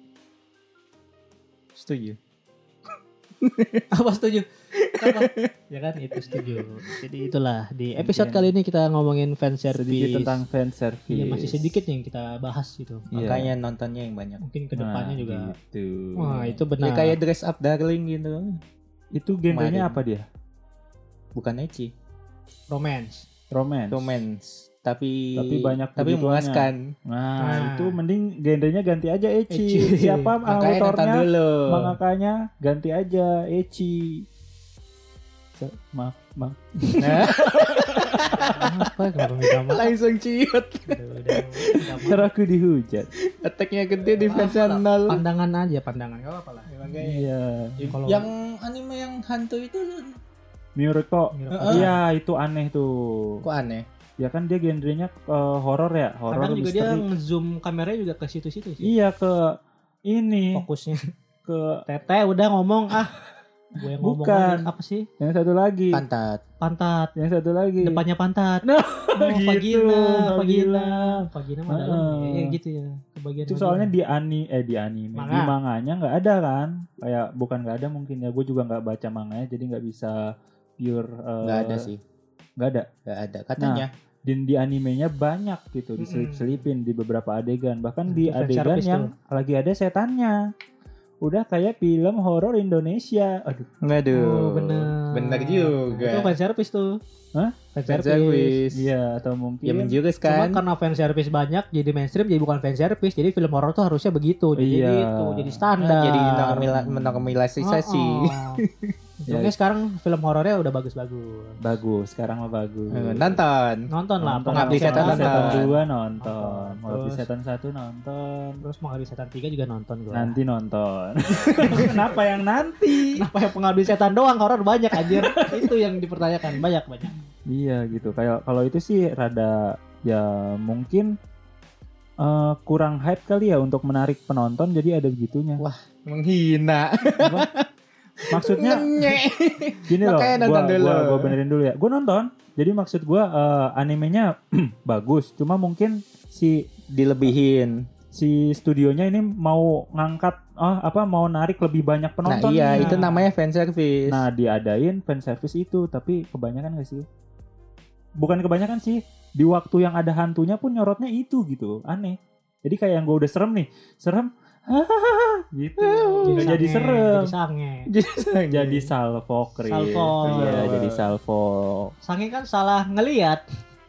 Speaker 2: Setuju.
Speaker 4: Apa setuju? Apa? Ya kan itu setuju. Jadi itulah di episode
Speaker 3: Mungkin
Speaker 4: kali ini kita ngomongin fan service.
Speaker 3: sedikit tentang fan service.
Speaker 4: Iya, masih sedikit yang kita bahas gitu.
Speaker 3: Iya.
Speaker 2: Makanya nontonnya yang banyak.
Speaker 4: Mungkin kedepannya
Speaker 3: Nah,
Speaker 4: juga.
Speaker 3: gitu.
Speaker 4: Wah itu
Speaker 2: Ya
Speaker 4: benar.
Speaker 2: kayak dress up darling gitu.
Speaker 3: Itu genrenya
Speaker 2: Kemarin.
Speaker 3: apa dia?
Speaker 2: Bukan ecchi,
Speaker 4: romance.
Speaker 3: Romance.
Speaker 2: romance. Tapi
Speaker 3: Tapi banyak
Speaker 2: tapi
Speaker 3: begituannya.
Speaker 2: memuaskan.
Speaker 3: Nah,
Speaker 4: Nah.
Speaker 3: itu mending genrenya ganti aja ecchi.
Speaker 4: Ecchi.
Speaker 3: Siapa
Speaker 2: Makanya nonton
Speaker 3: autornya?
Speaker 2: dulu.
Speaker 3: Mangakanya ganti aja ecchi. So, maaf, maaf.
Speaker 2: Nah,
Speaker 4: Apa kalau minta maaf?
Speaker 2: langsung ciut.
Speaker 4: Udah, udah, udah maaf.
Speaker 3: Ntar aku dihujat.
Speaker 2: Attack-nya gede di
Speaker 4: Apa lah,
Speaker 2: channel.
Speaker 4: Pandangan aja, pandangan. Gak apa-apa lah.
Speaker 3: Iya.
Speaker 4: Kalau-
Speaker 2: Yang anime yang hantu itu
Speaker 3: Muriko.
Speaker 4: Muriko.
Speaker 3: Iya, itu aneh tuh.
Speaker 2: kok aneh.
Speaker 3: Ya kan dia genrenya eh, horor ya, horor
Speaker 4: Kadang juga dia
Speaker 3: misteri.
Speaker 4: nge-zoom kameranya juga ke situ-situ sih.
Speaker 3: Iya ke ini
Speaker 4: Fokusnya.
Speaker 3: ke
Speaker 4: Tete udah ngomong ah. Gue yang
Speaker 3: Bukan.
Speaker 4: ngomongin apa sih?
Speaker 3: Yang satu lagi.
Speaker 2: Pantat.
Speaker 4: Pantat.
Speaker 3: Yang satu lagi.
Speaker 4: Depannya pantat.
Speaker 3: Nah,
Speaker 4: Oh,
Speaker 3: gitu,
Speaker 4: vagina, vagina,
Speaker 3: vagina.
Speaker 4: vagina mah
Speaker 3: Heeh.
Speaker 4: dalam ya, gitu ya. Kebagian
Speaker 3: Itu
Speaker 4: vagina.
Speaker 3: soalnya di ani eh di anime
Speaker 4: Manga.
Speaker 3: di manganya nggak ada kan, kayak bukan nggak ada mungkin ya, gue juga nggak baca manganya jadi nggak bisa pure eh,
Speaker 2: Nggak ada sih.
Speaker 3: nggak ada.
Speaker 2: Nggak ada katanya.
Speaker 3: Dan di animenya banyak gitu
Speaker 4: Mm-mm.
Speaker 3: diselip-selipin di beberapa adegan, bahkan
Speaker 4: Nah,
Speaker 3: di
Speaker 4: itu fan
Speaker 3: adegan
Speaker 4: service
Speaker 3: yang lagi ada setannya. Udah kayak film horor Indonesia. Aduh.
Speaker 2: Waduh.
Speaker 4: Oh, bener.
Speaker 2: Bener juga.
Speaker 4: Itu fan service tuh.
Speaker 3: Hah?
Speaker 4: Fan
Speaker 2: Fan
Speaker 4: service.
Speaker 2: service.
Speaker 3: Iya atau mungkin
Speaker 2: Ya menjurus
Speaker 4: Cuma
Speaker 2: kan.
Speaker 4: karena fan service banyak jadi mainstream jadi bukan fan service. Jadi film horor tuh harusnya begitu. Jadi
Speaker 3: Iya.
Speaker 4: gitu, jadi standar.
Speaker 2: Jadi normalisasi.
Speaker 4: Oh, Untungnya sekarang film horornya udah bagus-bagus.
Speaker 3: bagus. Sekarang mah bagus.
Speaker 2: Eh, Nonton.
Speaker 4: Nonton lah.
Speaker 3: Nonton.
Speaker 2: Pengabdi Setan
Speaker 3: Pengabdi Setan
Speaker 2: nonton.
Speaker 3: dua nonton.
Speaker 4: Nonton.
Speaker 3: Pengabdi
Speaker 4: Terus-
Speaker 3: Setan satu nonton.
Speaker 4: Terus Pengabdi Setan tiga juga nonton gue.
Speaker 3: Nanti nonton. Kenapa yang nanti?
Speaker 4: Kenapa yang Pengabdi Setan doang horor banyak anjir. Itu yang dipertanyakan banyak-banyak.
Speaker 3: Iya gitu. Kayak kalau itu sih rada ya mungkin eh, kurang hype kali ya untuk menarik penonton jadi ada begitunya.
Speaker 2: Wah. Menghina.
Speaker 3: Maksudnya
Speaker 2: Ngenyek.
Speaker 3: gini loh.
Speaker 2: Makanya
Speaker 3: Gua,
Speaker 2: nonton dulu.
Speaker 3: gua, gua benerin dulu ya. Gua nonton. Jadi maksud gua eh, animenya bagus. Cuma mungkin si
Speaker 2: Dilebihin.
Speaker 3: si studionya ini mau ngangkat oh apa mau narik lebih banyak
Speaker 2: Nah
Speaker 3: penonton.
Speaker 2: iya
Speaker 3: nih.
Speaker 2: itu namanya fan service.
Speaker 3: Nah, diadain fan service itu, tapi kebanyakan gak sih? Bukan kebanyakan sih, di waktu yang ada hantunya pun nyorotnya itu gitu, aneh. Jadi kayak yang gue udah serem nih, serem, gitu. Nggak jadi
Speaker 4: sange,
Speaker 3: serem,
Speaker 4: Jadi sange.
Speaker 3: jadi salvo, Kris.
Speaker 4: Salvo.
Speaker 3: Iya, jadi salvo.
Speaker 4: Sange kan salah ngelihat.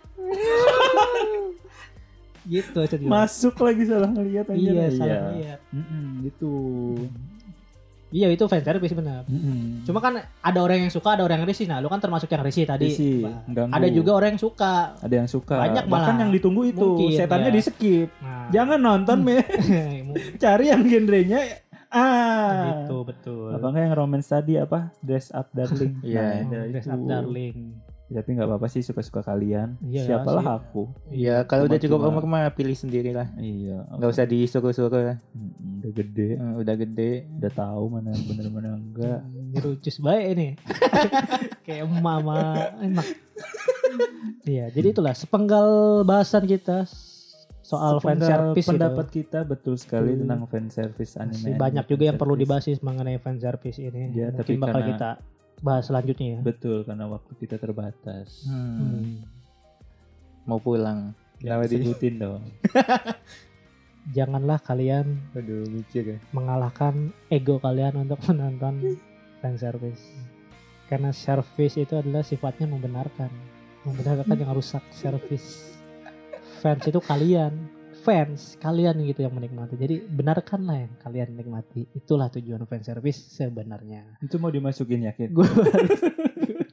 Speaker 4: gitu jadi.
Speaker 3: Masuk lagi salah ngeliat aja.
Speaker 4: Iya, salah ngelihat.
Speaker 3: Mm-mm, gitu.
Speaker 4: Iya itu fan service benar.
Speaker 3: Mm-mm.
Speaker 4: Cuma kan ada orang yang suka, ada orang yang risih. Nah, lu kan termasuk yang risih tadi.
Speaker 3: Risih,
Speaker 4: Bah,
Speaker 3: ganggu.
Speaker 4: ada juga orang yang suka.
Speaker 3: Ada yang suka.
Speaker 4: Banyak
Speaker 3: Bahkan
Speaker 4: malah.
Speaker 3: yang ditunggu itu,
Speaker 4: Mungkin,
Speaker 3: setannya
Speaker 4: ya.
Speaker 3: di skip.
Speaker 4: Nah,
Speaker 3: Jangan nonton, me. Cari yang genrenya ah.
Speaker 4: gitu betul.
Speaker 3: Apa enggak yang romance tadi apa? Dress Up Darling.
Speaker 2: Iya.
Speaker 3: Nah,
Speaker 4: Oh,
Speaker 3: ada
Speaker 4: Dress
Speaker 3: itu.
Speaker 4: Up Darling.
Speaker 3: Tapi nggak apa-apa sih suka-suka kalian.
Speaker 4: Iya,
Speaker 3: Siapalah
Speaker 4: sih.
Speaker 3: aku.
Speaker 2: Iya kalau udah cukup
Speaker 3: Cuma-cuma.
Speaker 2: umur mah pilih sendiri lah.
Speaker 3: Iya.
Speaker 2: Nggak usah disuruh-suruh.
Speaker 3: Mm, Udah gede,
Speaker 2: Eh, Udah gede.
Speaker 3: udah tahu mana yang bener mana yang enggak.
Speaker 4: Ini rucus baik ini. Kayak mama enak. Iya, jadi itulah sepenggal bahasan kita soal fan
Speaker 3: Sepenggal
Speaker 4: service
Speaker 3: pendapat
Speaker 4: itu.
Speaker 3: kita betul sekali
Speaker 4: Hmm.
Speaker 3: tentang fan service anime.
Speaker 4: Masih banyak
Speaker 3: anime
Speaker 4: juga yang
Speaker 3: fan
Speaker 4: perlu
Speaker 3: service.
Speaker 4: dibahas mengenai fan service ini.
Speaker 3: Ya,
Speaker 4: Mungkin
Speaker 3: tapi
Speaker 4: bakal
Speaker 3: karena-
Speaker 4: kita bahas selanjutnya ya.
Speaker 3: Betul karena waktu kita terbatas.
Speaker 2: Hmm.
Speaker 4: Hmm.
Speaker 2: Mau pulang.
Speaker 3: Yang disebutin dong.
Speaker 4: Janganlah kalian
Speaker 2: Aduh mikir ya.
Speaker 4: mengalahkan ego kalian untuk menonton fan service. Karena service itu adalah sifatnya membenarkan. Membenarkan yang rusak service. Fans itu kalian, fans kalian gitu yang menikmati. Jadi benarkanlah yang kalian nikmati. Itulah tujuan fan service sebenarnya.
Speaker 3: Itu mau dimasukin yakin.
Speaker 4: Gue